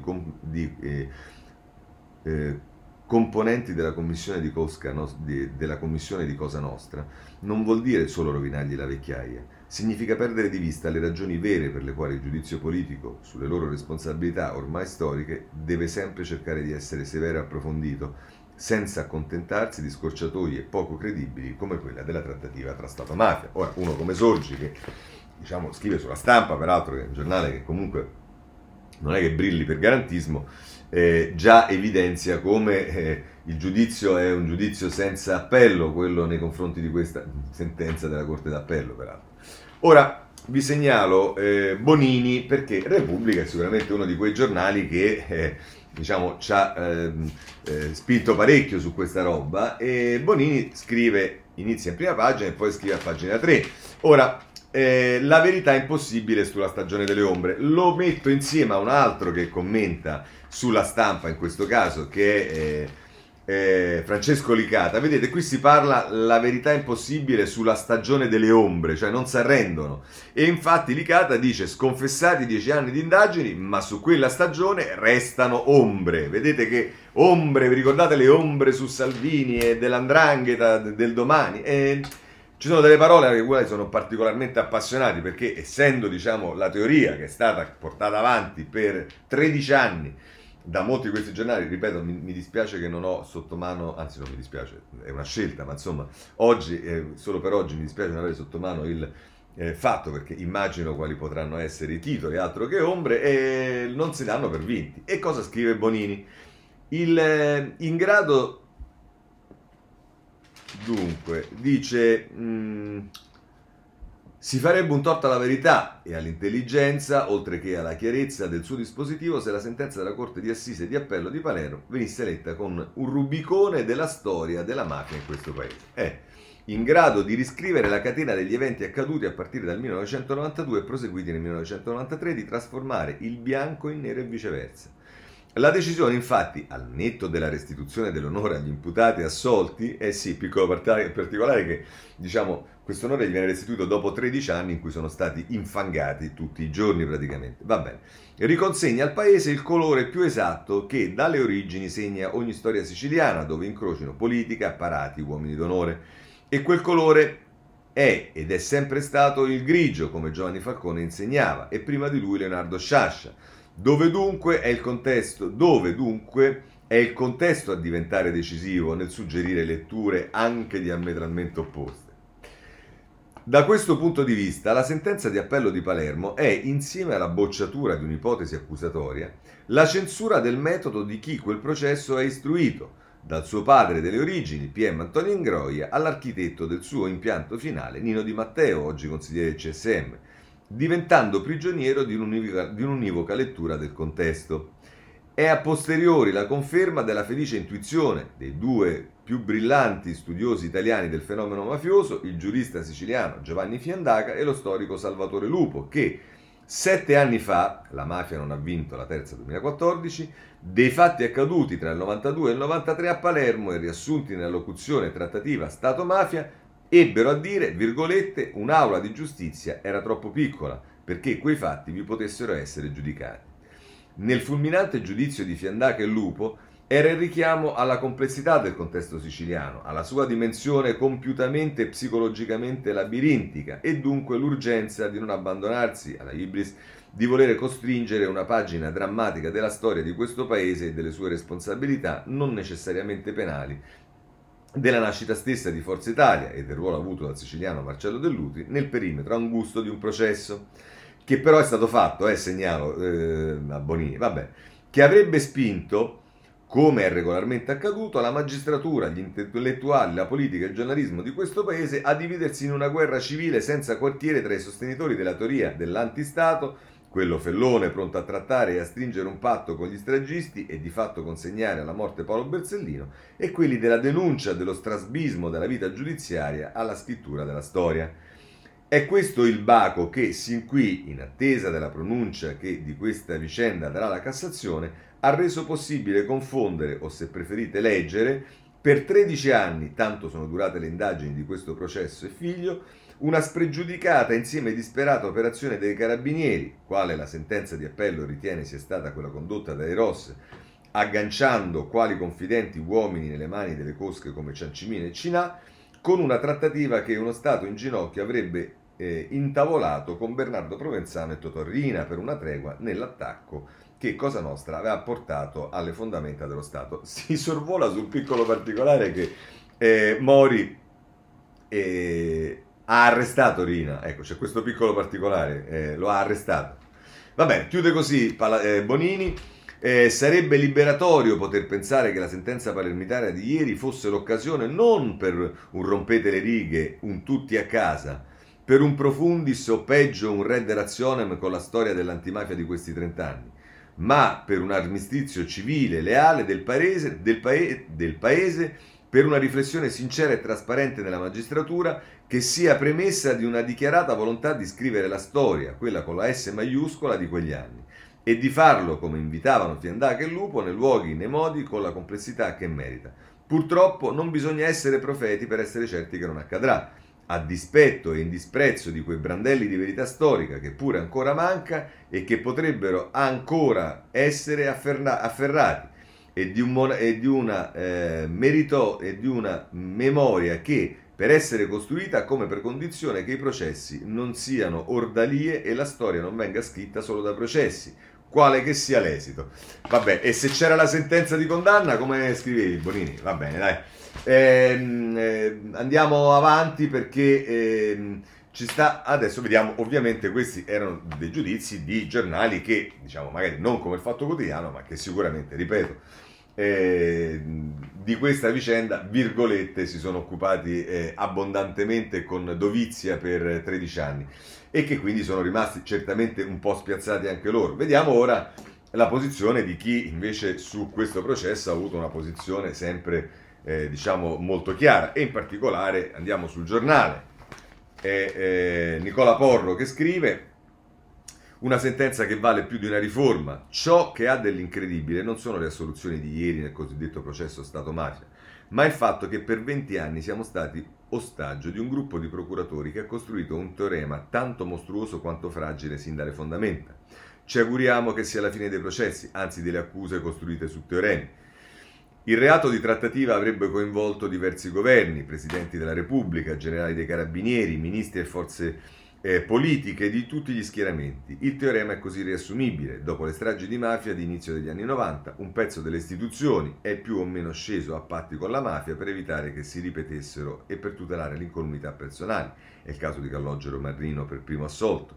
componenti della commissione della commissione di Cosa Nostra, non vuol dire solo rovinargli la vecchiaia, significa perdere di vista le ragioni vere per le quali il giudizio politico sulle loro responsabilità ormai storiche deve sempre cercare di essere severo e approfondito, senza accontentarsi di scorciatoie poco credibili come quella della trattativa tra Stato e mafia. Ora, uno come Sorgi, che scrive sulla Stampa, peraltro che è un giornale che comunque non è che brilli per garantismo, già evidenzia come il giudizio è un giudizio senza appello, quello nei confronti di questa sentenza della Corte d'Appello, peraltro. Ora vi segnalo Bonini, perché Repubblica è sicuramente uno di quei giornali che ci ha spinto parecchio su questa roba, e Bonini scrive, inizia in prima pagina e poi scrive a pagina 3. Ora, la verità è impossibile sulla stagione delle ombre, lo metto insieme a un altro che commenta sulla Stampa in questo caso, che è Francesco Licata. Vedete, qui si parla la verità impossibile sulla stagione delle ombre, cioè non si arrendono, e infatti Licata dice sconfessati 10 anni di indagini, ma su quella stagione restano ombre. Vedete che ombre, vi ricordate le ombre su Salvini e dell''ndrangheta del Domani? Ci sono delle parole alle quali sono particolarmente appassionati, perché essendo la teoria che è stata portata avanti per 13 anni da molti di questi giornali, ripeto, mi dispiace che non ho sotto mano, anzi non mi dispiace, è una scelta, ma insomma oggi, solo per oggi mi dispiace non avere sotto mano il fatto, perché immagino quali potranno essere i titoli, altro che ombre, e non si danno per vinti. E cosa scrive Bonini? In grado... Dunque, dice, si farebbe un torto alla verità e all'intelligenza, oltre che alla chiarezza del suo dispositivo, se la sentenza della Corte di Assise di Appello di Palermo venisse letta con un rubicone della storia della mafia in questo paese. È in grado di riscrivere la catena degli eventi accaduti a partire dal 1992 e proseguiti nel 1993, di trasformare il bianco in nero e viceversa. La decisione, infatti, al netto della restituzione dell'onore agli imputati assolti, piccolo particolare che, questo onore gli viene restituito dopo 13 anni in cui sono stati infangati tutti i giorni praticamente. Va bene. Riconsegna al paese il colore più esatto che dalle origini segna ogni storia siciliana, dove incrocino politica, apparati, uomini d'onore. E quel colore è ed è sempre stato il grigio, come Giovanni Falcone insegnava, e prima di lui Leonardo Sciascia. Dove dunque è il contesto a diventare decisivo nel suggerire letture anche diametralmente opposte. Da questo punto di vista, la sentenza di appello di Palermo è, insieme alla bocciatura di un'ipotesi accusatoria, la censura del metodo di chi quel processo ha istruito, dal suo padre delle origini, PM Antonio Ingroia, all'architetto del suo impianto finale, Nino Di Matteo, oggi consigliere del CSM, diventando prigioniero di un'univoca lettura del contesto. è a posteriori la conferma della felice intuizione dei due più brillanti studiosi italiani del fenomeno mafioso, il giurista siciliano Giovanni Fiandaca e lo storico Salvatore Lupo, che 7 anni fa, la mafia non ha vinto la terza 2014, dei fatti accaduti tra il 92 e il 93 a Palermo e riassunti nella locuzione trattativa Stato-mafia, ebbero a dire, virgolette, un'aula di giustizia era troppo piccola perché quei fatti vi potessero essere giudicati. Nel fulminante giudizio di Fiandaca e Lupo era il richiamo alla complessità del contesto siciliano, alla sua dimensione compiutamente e psicologicamente labirintica e dunque l'urgenza di non abbandonarsi alla ibris di volere costringere una pagina drammatica della storia di questo paese e delle sue responsabilità non necessariamente penali, della nascita stessa di Forza Italia e del ruolo avuto dal siciliano Marcello Dell'Utri nel perimetro angusto di un processo che però è stato fatto, segnalo a Bonini, vabbè, che avrebbe spinto, come è regolarmente accaduto, la magistratura, gli intellettuali, la politica e il giornalismo di questo paese a dividersi in una guerra civile senza quartiere tra i sostenitori della teoria dell'antistato, quello fellone pronto a trattare e a stringere un patto con gli stragisti e di fatto consegnare alla morte Paolo Borsellino, e quelli della denuncia dello strasbismo della vita giudiziaria alla scrittura della storia. È questo il baco che, sin qui, in attesa della pronuncia che di questa vicenda darà la Cassazione, ha reso possibile confondere, o se preferite leggere, per 13 anni, tanto sono durate le indagini di questo processo e figlio, una spregiudicata e insieme disperata operazione dei carabinieri, quale la sentenza di appello ritiene sia stata quella condotta dai Ross, agganciando quali confidenti uomini nelle mani delle cosche come Ciancimino e Cinà, con una trattativa che uno Stato in ginocchio avrebbe intavolato con Bernardo Provenzano e Totò Riina per una tregua nell'attacco che Cosa Nostra aveva portato alle fondamenta dello Stato. Si sorvola sul piccolo particolare che Mori ha arrestato Riina, ecco, c'è questo piccolo particolare, lo ha arrestato. Vabbè, chiude così Bonini. Sarebbe liberatorio poter pensare che la sentenza palermitana di ieri fosse l'occasione non per un rompete le righe, un tutti a casa, per un profundis o peggio un red razionem con la storia dell'antimafia di questi 30 anni, ma per un armistizio civile, leale del paese, per una riflessione sincera e trasparente nella magistratura che sia premessa di una dichiarata volontà di scrivere la storia, quella con la S maiuscola di quegli anni, e di farlo, come invitavano Fiandaca e Lupo, nei luoghi, nei modi, con la complessità che merita. Purtroppo non bisogna essere profeti per essere certi che non accadrà, a dispetto e in disprezzo di quei brandelli di verità storica che pure ancora manca e che potrebbero ancora essere afferrati, e di una memoria che, per essere costruita, ha come per condizione che i processi non siano ordalie e la storia non venga scritta solo da processi, quale che sia l'esito. Vabbè, e se c'era la sentenza di condanna, come scrivevi, Bonini? Va bene, dai. Andiamo avanti perché ci sta, adesso vediamo, ovviamente questi erano dei giudizi di giornali che, diciamo, magari non come il Fatto Quotidiano, ma che sicuramente, ripeto, di questa vicenda, virgolette, si sono occupati abbondantemente con dovizia per 13 anni e che quindi sono rimasti certamente un po' spiazzati anche loro. Vediamo ora la posizione di chi invece su questo processo ha avuto una posizione sempre diciamo molto chiara, e in particolare andiamo sul Giornale. Nicola Porro che scrive: una sentenza che vale più di una riforma. Ciò che ha dell'incredibile non sono le assoluzioni di ieri nel cosiddetto processo Stato-mafia, ma il fatto che per 20 anni siamo stati ostaggio di un gruppo di procuratori che ha costruito un teorema tanto mostruoso quanto fragile sin dalle fondamenta. Ci auguriamo che sia la fine dei processi, anzi delle accuse costruite su teoremi. Il reato di trattativa avrebbe coinvolto diversi governi, presidenti della Repubblica, generali dei carabinieri, ministri e forze politiche di tutti gli schieramenti. Il teorema è così riassumibile: dopo le stragi di mafia di inizio degli anni 90, un pezzo delle istituzioni è più o meno sceso a patti con la mafia per evitare che si ripetessero e per tutelare l'incolumità personale. È il caso di Calogero Marrino per primo assolto.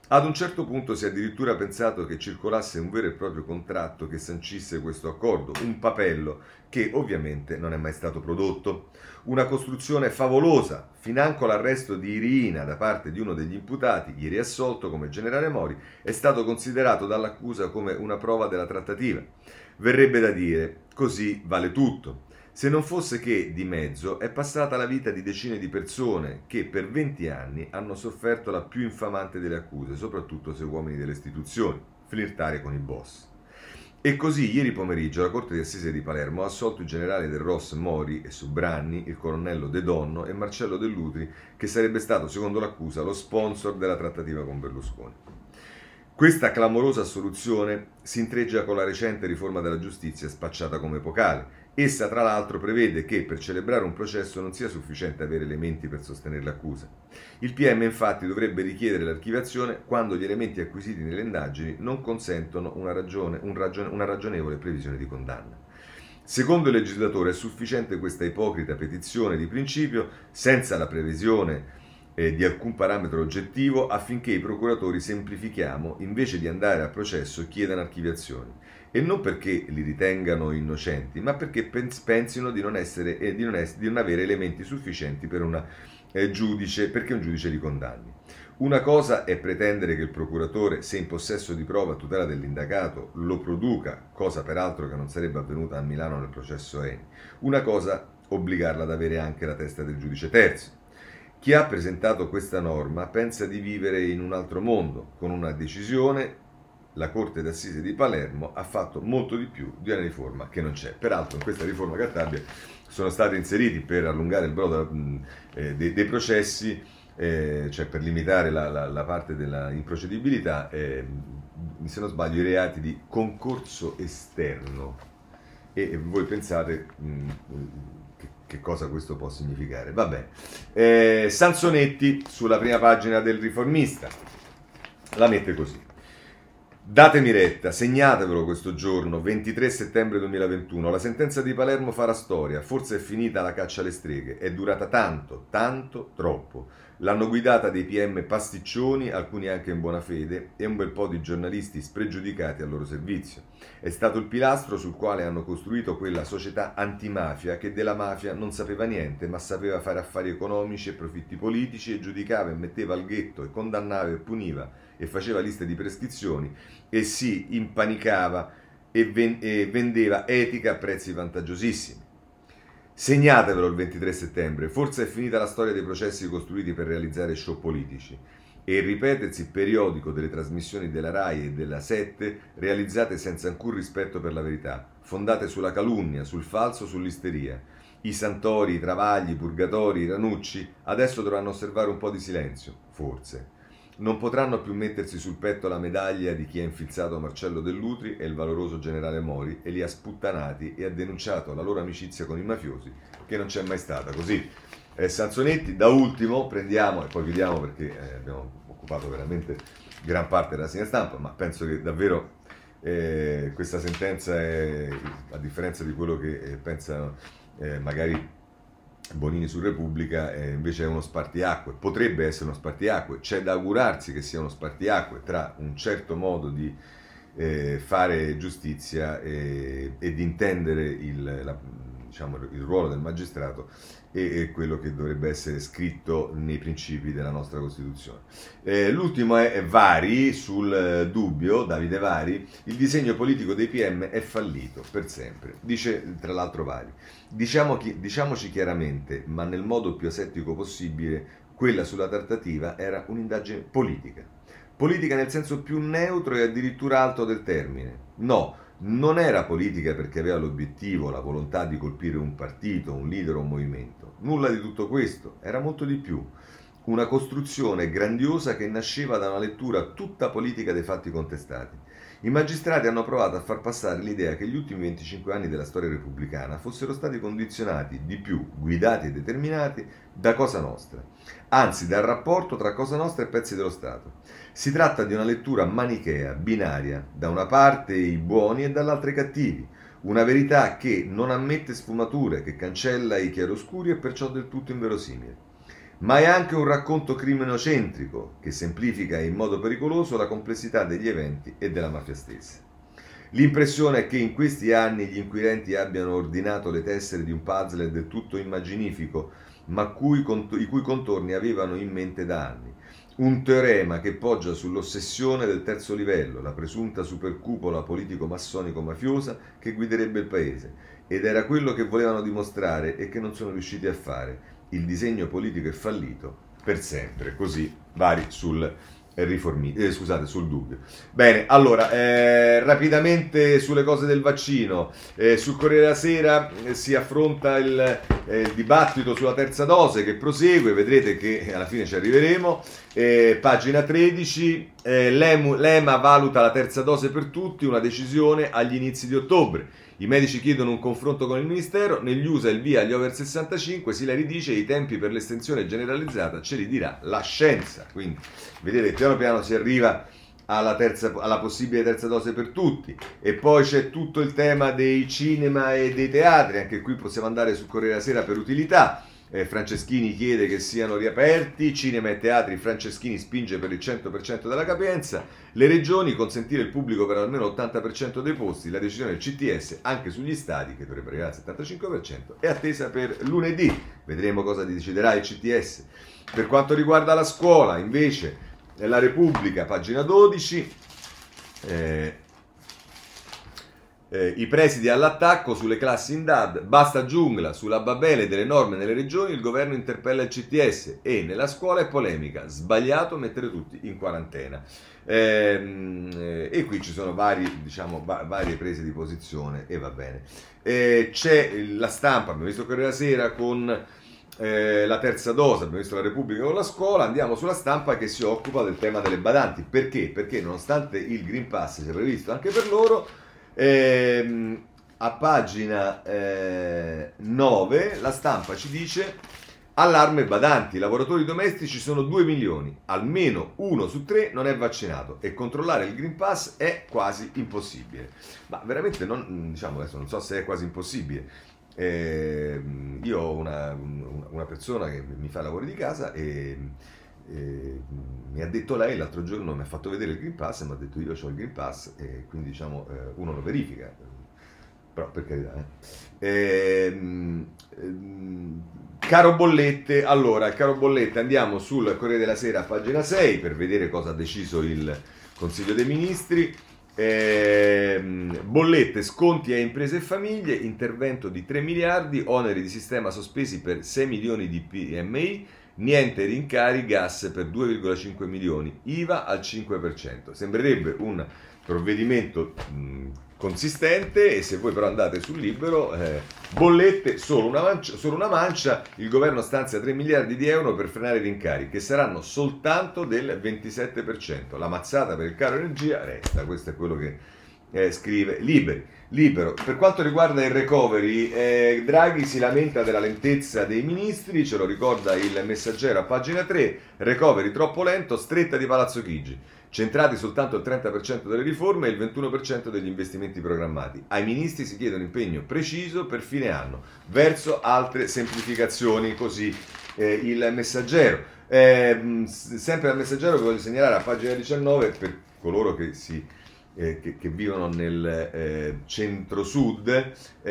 Ad un certo punto si è addirittura pensato che circolasse un vero e proprio contratto che sancisse questo accordo, un papello che ovviamente non è mai stato prodotto. Una costruzione favolosa, financo l'arresto di Riina da parte di uno degli imputati, ieri assolto come generale Mori, è stato considerato dall'accusa come una prova della trattativa. Verrebbe da dire, così vale tutto. Se non fosse che di mezzo è passata la vita di decine di persone che per 20 anni hanno sofferto la più infamante delle accuse, soprattutto se uomini delle istituzioni, flirtare con i boss. E così ieri pomeriggio la Corte di Assise di Palermo ha assolto i generali del Ross Mori e Subranni, il colonnello De Donno e Marcello Dell'Utri, che sarebbe stato, secondo l'accusa, lo sponsor della trattativa con Berlusconi. Questa clamorosa assoluzione si intreccia con la recente riforma della giustizia spacciata come epocale. Essa, tra l'altro, prevede che per celebrare un processo non sia sufficiente avere elementi per sostenere l'accusa. Il PM, infatti, dovrebbe richiedere l'archiviazione quando gli elementi acquisiti nelle indagini non consentono una ragionevole previsione di condanna. Secondo il legislatore è sufficiente questa ipocrita petizione di principio, senza la previsione di alcun parametro oggettivo, affinché i procuratori, semplifichiamo, invece di andare a processo chiedano archiviazioni. E non perché li ritengano innocenti, ma perché pensino di non avere elementi sufficienti per perché un giudice li condanni. Una cosa è pretendere che il procuratore, se in possesso di prova a tutela dell'indagato, lo produca, cosa peraltro che non sarebbe avvenuta a Milano nel processo Eni. Una cosa obbligarla ad avere anche la testa del giudice terzo. Chi ha presentato questa norma pensa di vivere in un altro mondo. Con una decisione, la Corte d'Assise di Palermo ha fatto molto di più di una riforma che non c'è. Peraltro in questa riforma Cartabia sono stati inseriti, per allungare il brodo dei processi, cioè per limitare la parte della improcedibilità, se non sbaglio, i reati di concorso esterno. E voi pensate che cosa questo può significare. Vabbè. Sansonetti, sulla prima pagina del Riformista, la mette così. Datemi retta, segnatevelo questo giorno, 23 settembre 2021, la sentenza di Palermo farà storia, forse è finita la caccia alle streghe, è durata tanto, tanto, troppo. L'hanno guidata dei PM pasticcioni, alcuni anche in buona fede, e un bel po' di giornalisti spregiudicati al loro servizio. È stato il pilastro sul quale hanno costruito quella società antimafia che della mafia non sapeva niente, ma sapeva fare affari economici e profitti politici e giudicava e metteva al ghetto e condannava e puniva e faceva liste di prescrizioni e si impanicava e vendeva etica a prezzi vantaggiosissimi. Segnatevelo il 23 settembre, forse è finita la storia dei processi costruiti per realizzare show politici e il ripetersi periodico delle trasmissioni della RAI e della 7 realizzate senza alcun rispetto per la verità, fondate sulla calunnia, sul falso, sull'isteria. I Santori, i Travagli, i Purgatori, i Ranucci adesso dovranno osservare un po' di silenzio, forse. Non potranno più mettersi sul petto la medaglia di chi ha infilzato Marcello Dell'Utri e il valoroso generale Mori e li ha sputtanati e ha denunciato la loro amicizia con i mafiosi, che non c'è mai stata. Così Sansonetti. Da ultimo prendiamo, e poi chiudiamo perché abbiamo occupato veramente gran parte della segna stampa, ma penso che davvero questa sentenza è, a differenza di quello che pensano magari Bonini su Repubblica, invece è uno spartiacque, potrebbe essere uno spartiacque, c'è da augurarsi che sia uno spartiacque tra un certo modo di fare giustizia e di intendere il ruolo del magistrato e quello che dovrebbe essere scritto nei principi della nostra Costituzione. L'ultimo è Vari, sul dubbio, Davide Vari, il disegno politico dei PM è fallito per sempre, dice tra l'altro Vari. Diciamoci chiaramente, ma nel modo più asettico possibile, quella sulla trattativa era un'indagine politica. Politica nel senso più neutro e addirittura alto del termine. No, non era politica perché aveva l'obiettivo, la volontà di colpire un partito, un leader o un movimento. Nulla di tutto questo, era molto di più. Una costruzione grandiosa che nasceva da una lettura tutta politica dei fatti contestati. I magistrati hanno provato a far passare l'idea che gli ultimi 25 anni della storia repubblicana fossero stati condizionati di più, guidati e determinati da Cosa Nostra, anzi dal rapporto tra Cosa Nostra e pezzi dello Stato. Si tratta di una lettura manichea, binaria, da una parte i buoni e dall'altra i cattivi, una verità che non ammette sfumature, che cancella i chiaroscuri e perciò del tutto inverosimile. ma è anche un racconto criminocentrico che semplifica in modo pericoloso la complessità degli eventi e della mafia stessa. L'impressione è che in questi anni gli inquirenti abbiano ordinato le tessere di un puzzle del tutto immaginifico, ma i cui contorni avevano in mente da anni. Un teorema che poggia sull'ossessione del terzo livello, la presunta supercupola politico-massonico-mafiosa che guiderebbe il paese. Ed era quello che volevano dimostrare e che non sono riusciti a fare. Il disegno politico è fallito per sempre. Così vari sul sul dubbio. Bene, allora, rapidamente sulle cose del vaccino. Sul Corriere della Sera si affronta il dibattito sulla terza dose che prosegue, vedrete che alla fine ci arriveremo. Pagina 13, l'EMA valuta la terza dose per tutti, una decisione agli inizi di ottobre. I medici chiedono un confronto con il Ministero, negli USA il via agli over 65, Sileri dice i tempi per l'estensione generalizzata ce li dirà la scienza. Quindi vedete, piano piano si arriva alla possibile terza dose per tutti. E poi c'è tutto il tema dei cinema e dei teatri, anche qui possiamo andare sul Corriere della Sera per utilità. Franceschini chiede che siano riaperti, cinema e teatri, Franceschini spinge per il 100% della capienza, le regioni consentire il pubblico per almeno l'80% dei posti, la decisione del CTS anche sugli stadi che dovrebbe arrivare al 75% è attesa per lunedì, vedremo cosa deciderà il CTS. Per quanto riguarda la scuola invece la Repubblica, pagina 12, i presidi all'attacco sulle classi in DAD, basta giungla sulla Babele delle norme nelle regioni, il governo interpella il CTS e nella scuola è polemica, sbagliato mettere tutti in quarantena. E qui ci sono varie prese di posizione e va bene. C'è la Stampa, abbiamo visto Corriere della Sera con la terza dose, abbiamo visto la Repubblica con la scuola, andiamo sulla Stampa che si occupa del tema delle badanti. Perché? Perché nonostante il Green Pass sia previsto anche per loro, a pagina 9 la Stampa ci dice allarme badanti, i lavoratori domestici sono 2 milioni, almeno 1 su 3 non è vaccinato e controllare il Green Pass è quasi impossibile. Ma veramente adesso non so se è quasi impossibile. Io ho una persona che mi fa lavori di casa e mi ha detto lei l'altro giorno, mi ha fatto vedere il Green Pass e mi ha detto io ho il Green Pass e quindi uno lo verifica, però per carità. Caro bollette, allora, caro bollette, andiamo sul Corriere della Sera, pagina 6, per vedere cosa ha deciso il Consiglio dei Ministri. Bollette, sconti a imprese e famiglie, intervento di 3 miliardi, oneri di sistema sospesi per 6 milioni di PMI, niente rincari gas per 2,5 milioni, IVA al 5%. Sembrerebbe un provvedimento consistente e se voi però andate sul Libero, bollette solo una mancia, il governo stanzia 3 miliardi di euro per frenare i rincari che saranno soltanto del 27%. La mazzata per il caro energia resta, questo è quello che scrive Libero. Per quanto riguarda il recovery, Draghi si lamenta della lentezza dei ministri, ce lo ricorda il Messaggero a pagina 3, recovery troppo lento, stretta di Palazzo Chigi, centrati soltanto il 30% delle riforme e il 21% degli investimenti programmati. Ai ministri si chiede un impegno preciso per fine anno, verso altre semplificazioni, così il Messaggero. Sempre al Messaggero vi voglio segnalare a pagina 19, per coloro che che vivono nel centro-sud,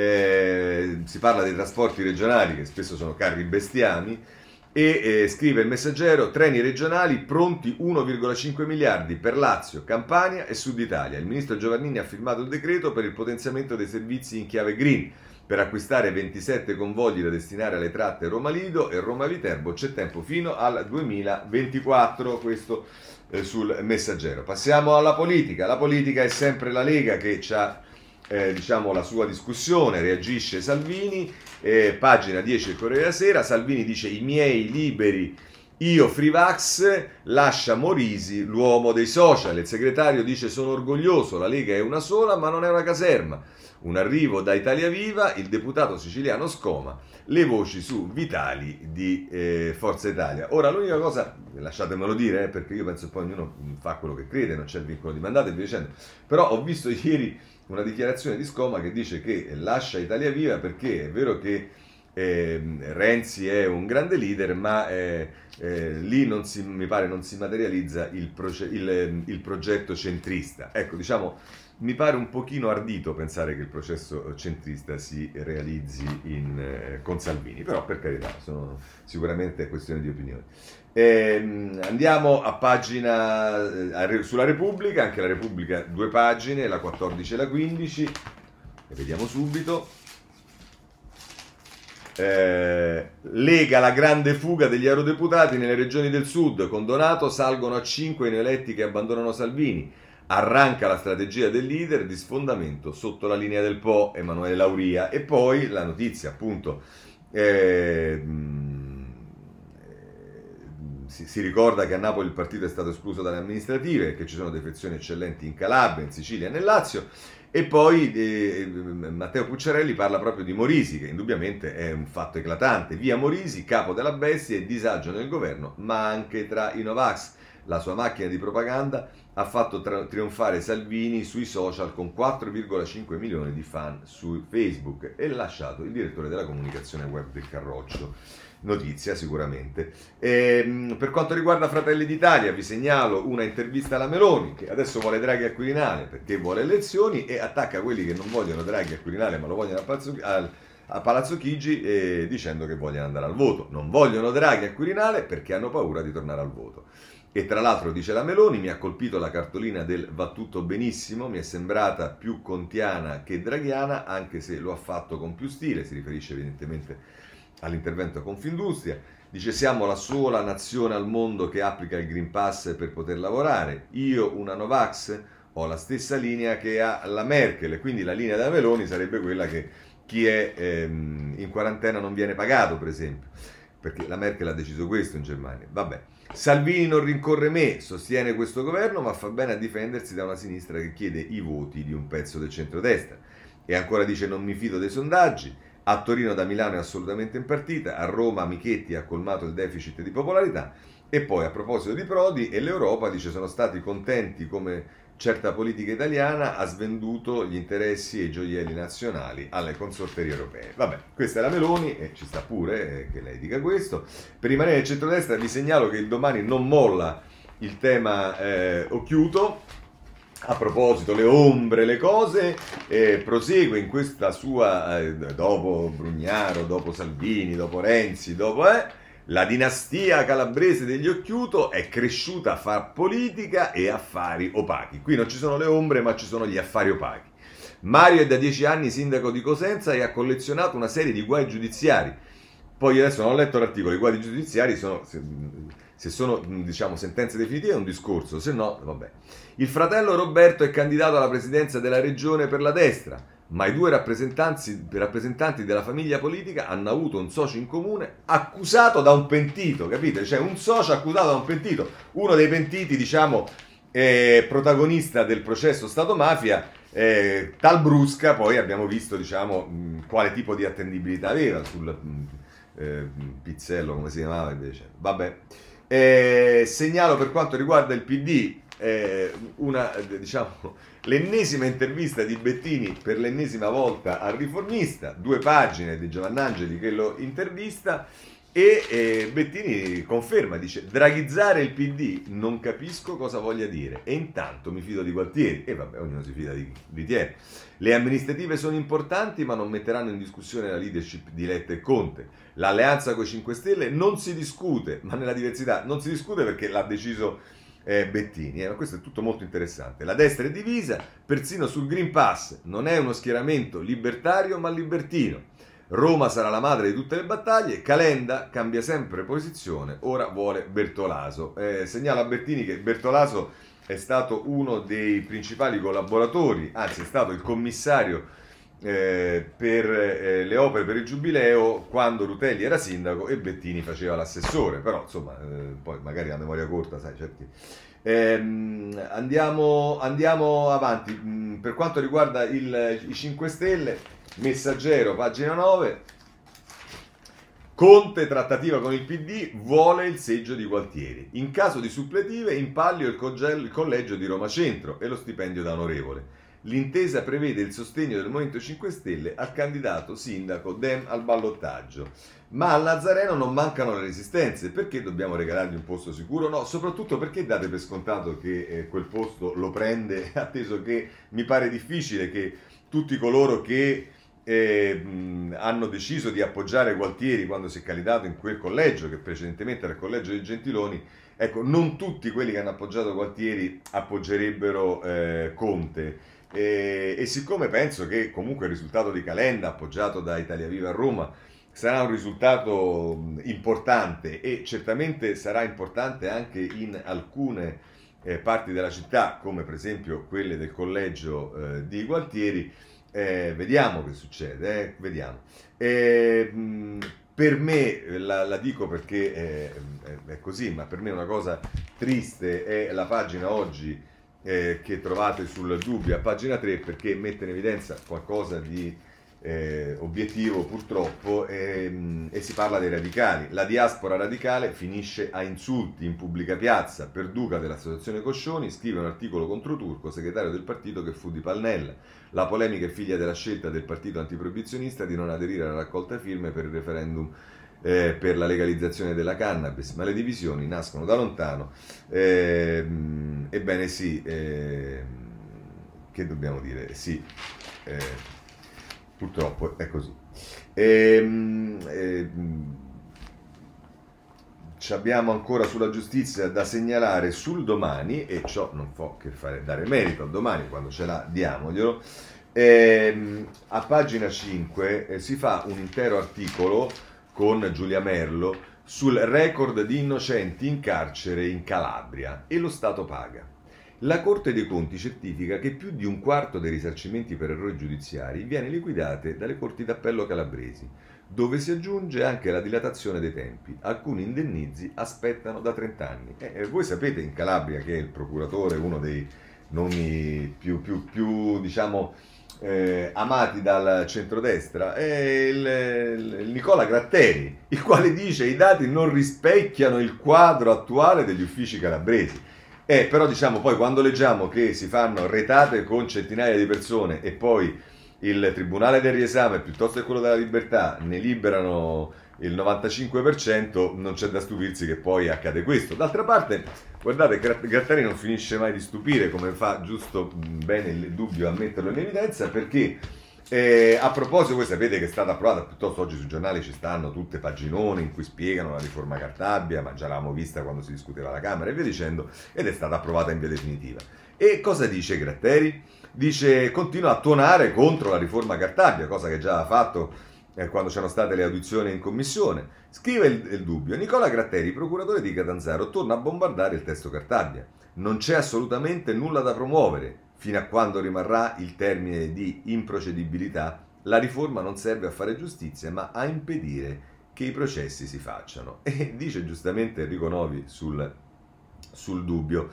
si parla dei trasporti regionali che spesso sono carri bestiami e scrive il Messaggero, treni regionali pronti 1,5 miliardi per Lazio, Campania e Sud Italia. Il ministro Giovannini ha firmato il decreto per il potenziamento dei servizi in chiave green. Per acquistare 27 convogli da destinare alle tratte Roma Lido e Roma Viterbo c'è tempo fino al 2024, questo sul Messaggero. Passiamo alla politica. La politica è sempre la Lega che ha la sua discussione, reagisce Salvini, pagina 10 del Corriere della Sera, Salvini dice i miei liberi, io Frivax, lascia Morisi, l'uomo dei social, il segretario dice sono orgoglioso, la Lega è una sola ma non è una caserma, un arrivo da Italia Viva, il deputato siciliano Scoma, le voci su Vitali di Forza Italia. Ora l'unica cosa, lasciatemelo dire perché io penso poi ognuno fa quello che crede, non c'è il vincolo di mandato e via dicendo, però ho visto ieri una dichiarazione di Scoma che dice che lascia Italia Viva perché è vero che Renzi è un grande leader, ma lì mi pare non si materializza il progetto centrista. Ecco, diciamo, mi pare un pochino ardito pensare che il processo centrista si realizzi con Salvini, però per carità, sono sicuramente questioni di opinione. Andiamo a pagina sulla Repubblica, anche la Repubblica 2 pagine, la 14 e la 15, le vediamo subito. Lega la grande fuga degli eurodeputati nelle regioni del sud, con Donato salgono a 5 i neoeletti che abbandonano Salvini, arranca la strategia del leader di sfondamento sotto la linea del Po, Emanuele Lauria. E poi la notizia appunto si ricorda che a Napoli il partito è stato escluso dalle amministrative, che ci sono defezioni eccellenti in Calabria, in Sicilia e nel Lazio. E poi Matteo Pucciarelli parla proprio di Morisi, che indubbiamente è un fatto eclatante. Via Morisi, capo della bestia e disagio nel governo, ma anche tra i Novax. La sua macchina di propaganda ha fatto trionfare Salvini sui social con 4,5 milioni di fan su Facebook e lasciato il direttore della comunicazione web del Carroccio. Notizia sicuramente. Per quanto riguarda Fratelli d'Italia, vi segnalo una intervista alla Meloni, che adesso vuole Draghi al Quirinale perché vuole elezioni, e attacca quelli che non vogliono Draghi al Quirinale ma lo vogliono a Palazzo Chigi, dicendo che vogliono andare al voto. Non vogliono Draghi al Quirinale perché hanno paura di tornare al voto. E tra l'altro, dice la Meloni, mi ha colpito la cartolina del va tutto benissimo, mi è sembrata più contiana che draghiana, anche se lo ha fatto con più stile. Si riferisce evidentemente all'intervento a Confindustria. Dice: siamo la sola nazione al mondo che applica il Green Pass per poter lavorare. Io, una Novax, ho la stessa linea che ha la Merkel, e quindi la linea della Meloni sarebbe quella che chi è in quarantena non viene pagato, per esempio, perché la Merkel ha deciso questo in Germania. Vabbè. Salvini non rincorre me, sostiene questo governo, ma fa bene a difendersi da una sinistra che chiede i voti di un pezzo del centrodestra. E ancora dice: non mi fido dei sondaggi. A Torino da Milano è assolutamente in partita, a Roma Michetti ha colmato il deficit di popolarità. E poi, a proposito di Prodi e l'Europa, dice: sono stati contenti come certa politica italiana ha svenduto gli interessi e i gioielli nazionali alle consorterie europee. Vabbè, questa è la Meloni e ci sta pure che lei dica questo. Per rimanere nel centrodestra vi segnalo che il Domani non molla il tema Occhiuto. A proposito, le ombre, le cose, prosegue in questa sua, dopo Brugnaro, dopo Salvini, dopo Renzi, la dinastia calabrese degli Occhiuto è cresciuta a far politica e affari opachi. Qui non ci sono le ombre, ma ci sono gli affari opachi. Mario è da 10 anni sindaco di Cosenza e ha collezionato una serie di guai giudiziari. Poi adesso non ho letto l'articolo, i guai giudiziari sono... Se sono, diciamo, sentenze definitive è un discorso, se no, vabbè. Il fratello Roberto è candidato alla presidenza della regione per la destra, ma i due rappresentanti della famiglia politica hanno avuto un socio in comune accusato da un pentito, capite? Cioè un socio accusato da un pentito, uno dei pentiti, diciamo, protagonista del processo Stato-mafia, tal Brusca. Poi abbiamo visto, diciamo, quale tipo di attendibilità aveva sul Pizzello, come si chiamava invece. Vabbè. Segnalo per quanto riguarda il PD l'ennesima intervista di Bettini per l'ennesima volta al Riformista, 2 pagine di Giovannangeli che lo intervista, e Bettini conferma, dice: draghizzare il PD non capisco cosa voglia dire, e intanto mi fido di Gualtieri. E vabbè, ognuno si fida di Thier. Le amministrative sono importanti, ma non metteranno in discussione la leadership di Letta e Conte. L'alleanza con i 5 Stelle non si discute, ma nella diversità non si discute perché l'ha deciso Bettini. Ma questo è tutto molto interessante. La destra è divisa, persino sul Green Pass. Non è uno schieramento libertario, ma libertino. Roma sarà la madre di tutte le battaglie. Calenda cambia sempre posizione, ora vuole Bertolaso. Segnala a Bettini che Bertolaso è stato uno dei principali collaboratori, anzi è stato il commissario per le opere per il Giubileo quando Rutelli era sindaco e Bettini faceva l'assessore. Però insomma, poi magari a memoria corta, sai, certi. Andiamo avanti. Per quanto riguarda i 5 Stelle, Messaggero, pagina 9. Conte, trattativa con il PD, vuole il seggio di Gualtieri. In caso di suppletive, in palio il collegio di Roma Centro e lo stipendio da onorevole. L'intesa prevede il sostegno del Movimento 5 Stelle al candidato sindaco Dem al ballottaggio. Ma al Nazareno non mancano le resistenze. Perché dobbiamo regalargli un posto sicuro? No, soprattutto perché date per scontato che quel posto lo prende, atteso che mi pare difficile che tutti coloro che hanno deciso di appoggiare Gualtieri quando si è candidato in quel collegio, che precedentemente era il collegio dei Gentiloni, ecco, non tutti quelli che hanno appoggiato Gualtieri appoggerebbero Conte. E siccome penso che comunque il risultato di Calenda, appoggiato da Italia Viva a Roma, sarà un risultato importante e certamente sarà importante anche in alcune parti della città, come per esempio quelle del collegio di Gualtieri, vediamo che succede, vediamo. Per me, la dico perché è così, ma per me una cosa triste è la pagina oggi che trovate sul Dubbio a pagina 3, perché mette in evidenza qualcosa di obiettivo purtroppo e si parla dei radicali. La diaspora radicale finisce a insulti in pubblica piazza. Perduca dell'associazione Coscioni scrive un articolo contro Turco, segretario del partito che fu di Pannella. La polemica è figlia della scelta del partito antiproibizionista di non aderire alla raccolta firme per il referendum per la legalizzazione della cannabis, ma le divisioni nascono da lontano. Ebbene sì, che dobbiamo dire? Sì, purtroppo è così. Ci abbiamo ancora sulla giustizia da segnalare sul Domani, e ciò non può che fare dare merito al Domani, quando ce l'ha diamoglielo. A pagina 5 si fa un intero articolo con Giulia Merlo sul record di innocenti in carcere in Calabria, e lo Stato paga. La Corte dei Conti certifica che più di un quarto dei risarcimenti per errori giudiziari viene liquidate dalle corti d'appello calabresi, dove si aggiunge anche la dilatazione dei tempi. Alcuni indennizi aspettano da 30 anni. Voi sapete in Calabria che il procuratore, uno dei nomi più diciamo, amati dal centrodestra, è il Nicola Gratteri, il quale dice che i dati non rispecchiano il quadro attuale degli uffici calabresi. Però diciamo poi quando leggiamo che si fanno retate con centinaia di persone e poi il Tribunale del Riesame piuttosto che quello della Libertà ne liberano il 95%, non c'è da stupirsi che poi accade questo. D'altra parte, guardate, Gratteri non finisce mai di stupire, come fa giusto bene il Dubbio a metterlo in evidenza, perché a proposito, voi sapete che è stata approvata, piuttosto oggi sui giornali ci stanno tutte paginone in cui spiegano la riforma Cartabia, ma già l'avevamo vista quando si discuteva alla Camera e via dicendo, ed è stata approvata in via definitiva. E cosa dice Gratteri? Dice, continua a tuonare contro la riforma Cartabia, cosa che già ha fatto quando c'erano state le audizioni in commissione. Scrive il Dubbio: Nicola Gratteri, procuratore di Catanzaro, torna a bombardare il testo Cartabia. Non c'è assolutamente nulla da promuovere. Fino a quando rimarrà il termine di improcedibilità, la riforma non serve a fare giustizia, ma a impedire che i processi si facciano. E dice giustamente Enrico Novi sul Dubbio.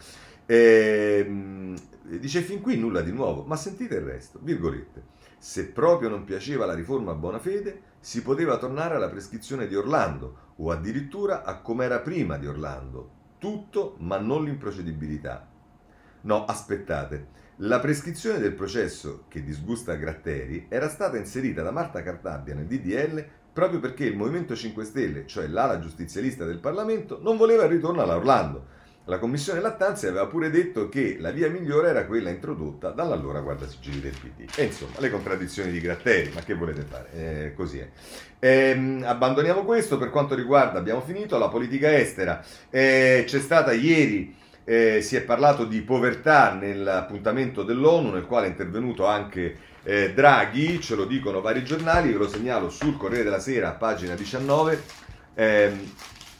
Dice fin qui nulla di nuovo, ma sentite il resto, virgolette. Se proprio non piaceva la riforma a buona fede, si poteva tornare alla prescrizione di Orlando, o addirittura a com'era prima di Orlando. Tutto, ma non l'improcedibilità. No, aspettate. La prescrizione del processo che disgusta Gratteri era stata inserita da Marta Cartabia nel DDL proprio perché il Movimento 5 Stelle, cioè l'ala giustizialista del Parlamento, non voleva il ritorno alla Orlando. La commissione Lattanzi aveva pure detto che la via migliore era quella introdotta dall'allora guardasigilli del PD. E insomma, le contraddizioni di Gratteri, ma che volete fare? Così è. Abbandoniamo questo. Per quanto riguarda, abbiamo finito, la politica estera. C'è stata ieri, si è parlato di povertà nell'appuntamento dell'ONU, nel quale è intervenuto anche Draghi, ce lo dicono vari giornali, ve lo segnalo sul Corriere della Sera, pagina 19.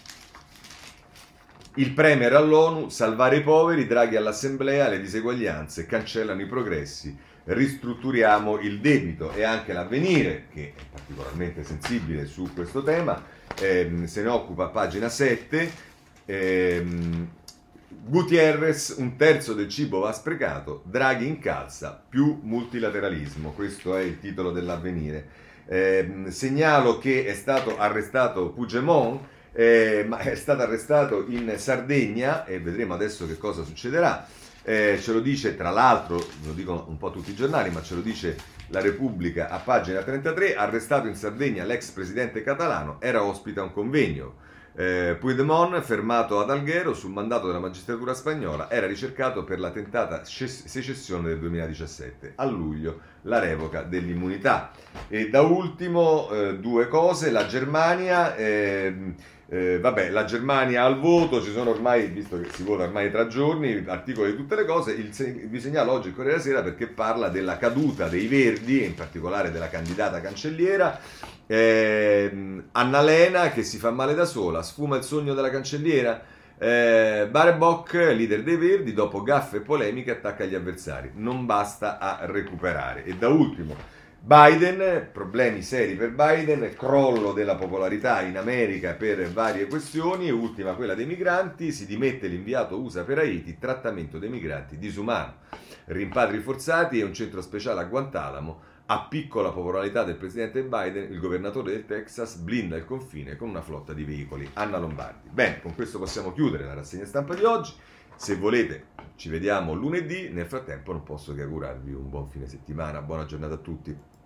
Il premier all'ONU, salvare i poveri, Draghi all'Assemblea, le diseguaglianze, cancellano i progressi, ristrutturiamo il debito. E anche l'Avvenire, che è particolarmente sensibile su questo tema, se ne occupa a pagina 7. Gutierrez, un terzo del cibo va sprecato, Draghi incalza, più multilateralismo, questo è il titolo dell'Avvenire. Segnalo che è stato arrestato Puigdemont, ma è stato arrestato in Sardegna e vedremo adesso che cosa succederà. Ce lo dice, tra l'altro, lo dicono un po' tutti i giornali, ma ce lo dice la Repubblica a pagina 33, arrestato in Sardegna l'ex presidente catalano, era ospite a un convegno. Puigdemont, fermato ad Alghero sul mandato della magistratura spagnola, era ricercato per la tentata secessione del 2017. A luglio la revoca dell'immunità. E da ultimo due cose, la Germania... la Germania al voto, ci sono ormai, visto che si vota ormai 3 giorni, articoli di tutte le cose, vi segnalo oggi il Corriere della Sera perché parla della caduta dei Verdi, e in particolare della candidata cancelliera, Annalena, che si fa male da sola, sfuma il sogno della cancelliera. Baerbock, leader dei Verdi, dopo gaffe e polemiche attacca gli avversari, non basta a recuperare. E da ultimo Biden, problemi seri per Biden, crollo della popolarità in America per varie questioni, ultima quella dei migranti, si dimette l'inviato USA per Haiti, trattamento dei migranti disumano, rimpatri forzati e un centro speciale a Guantanamo, a piccola popolarità del presidente Biden, il governatore del Texas blinda il confine con una flotta di veicoli. Anna Lombardi. Bene, con questo possiamo chiudere la rassegna stampa di oggi. Se volete ci vediamo lunedì, nel frattempo non posso che augurarvi un buon fine settimana, buona giornata a tutti.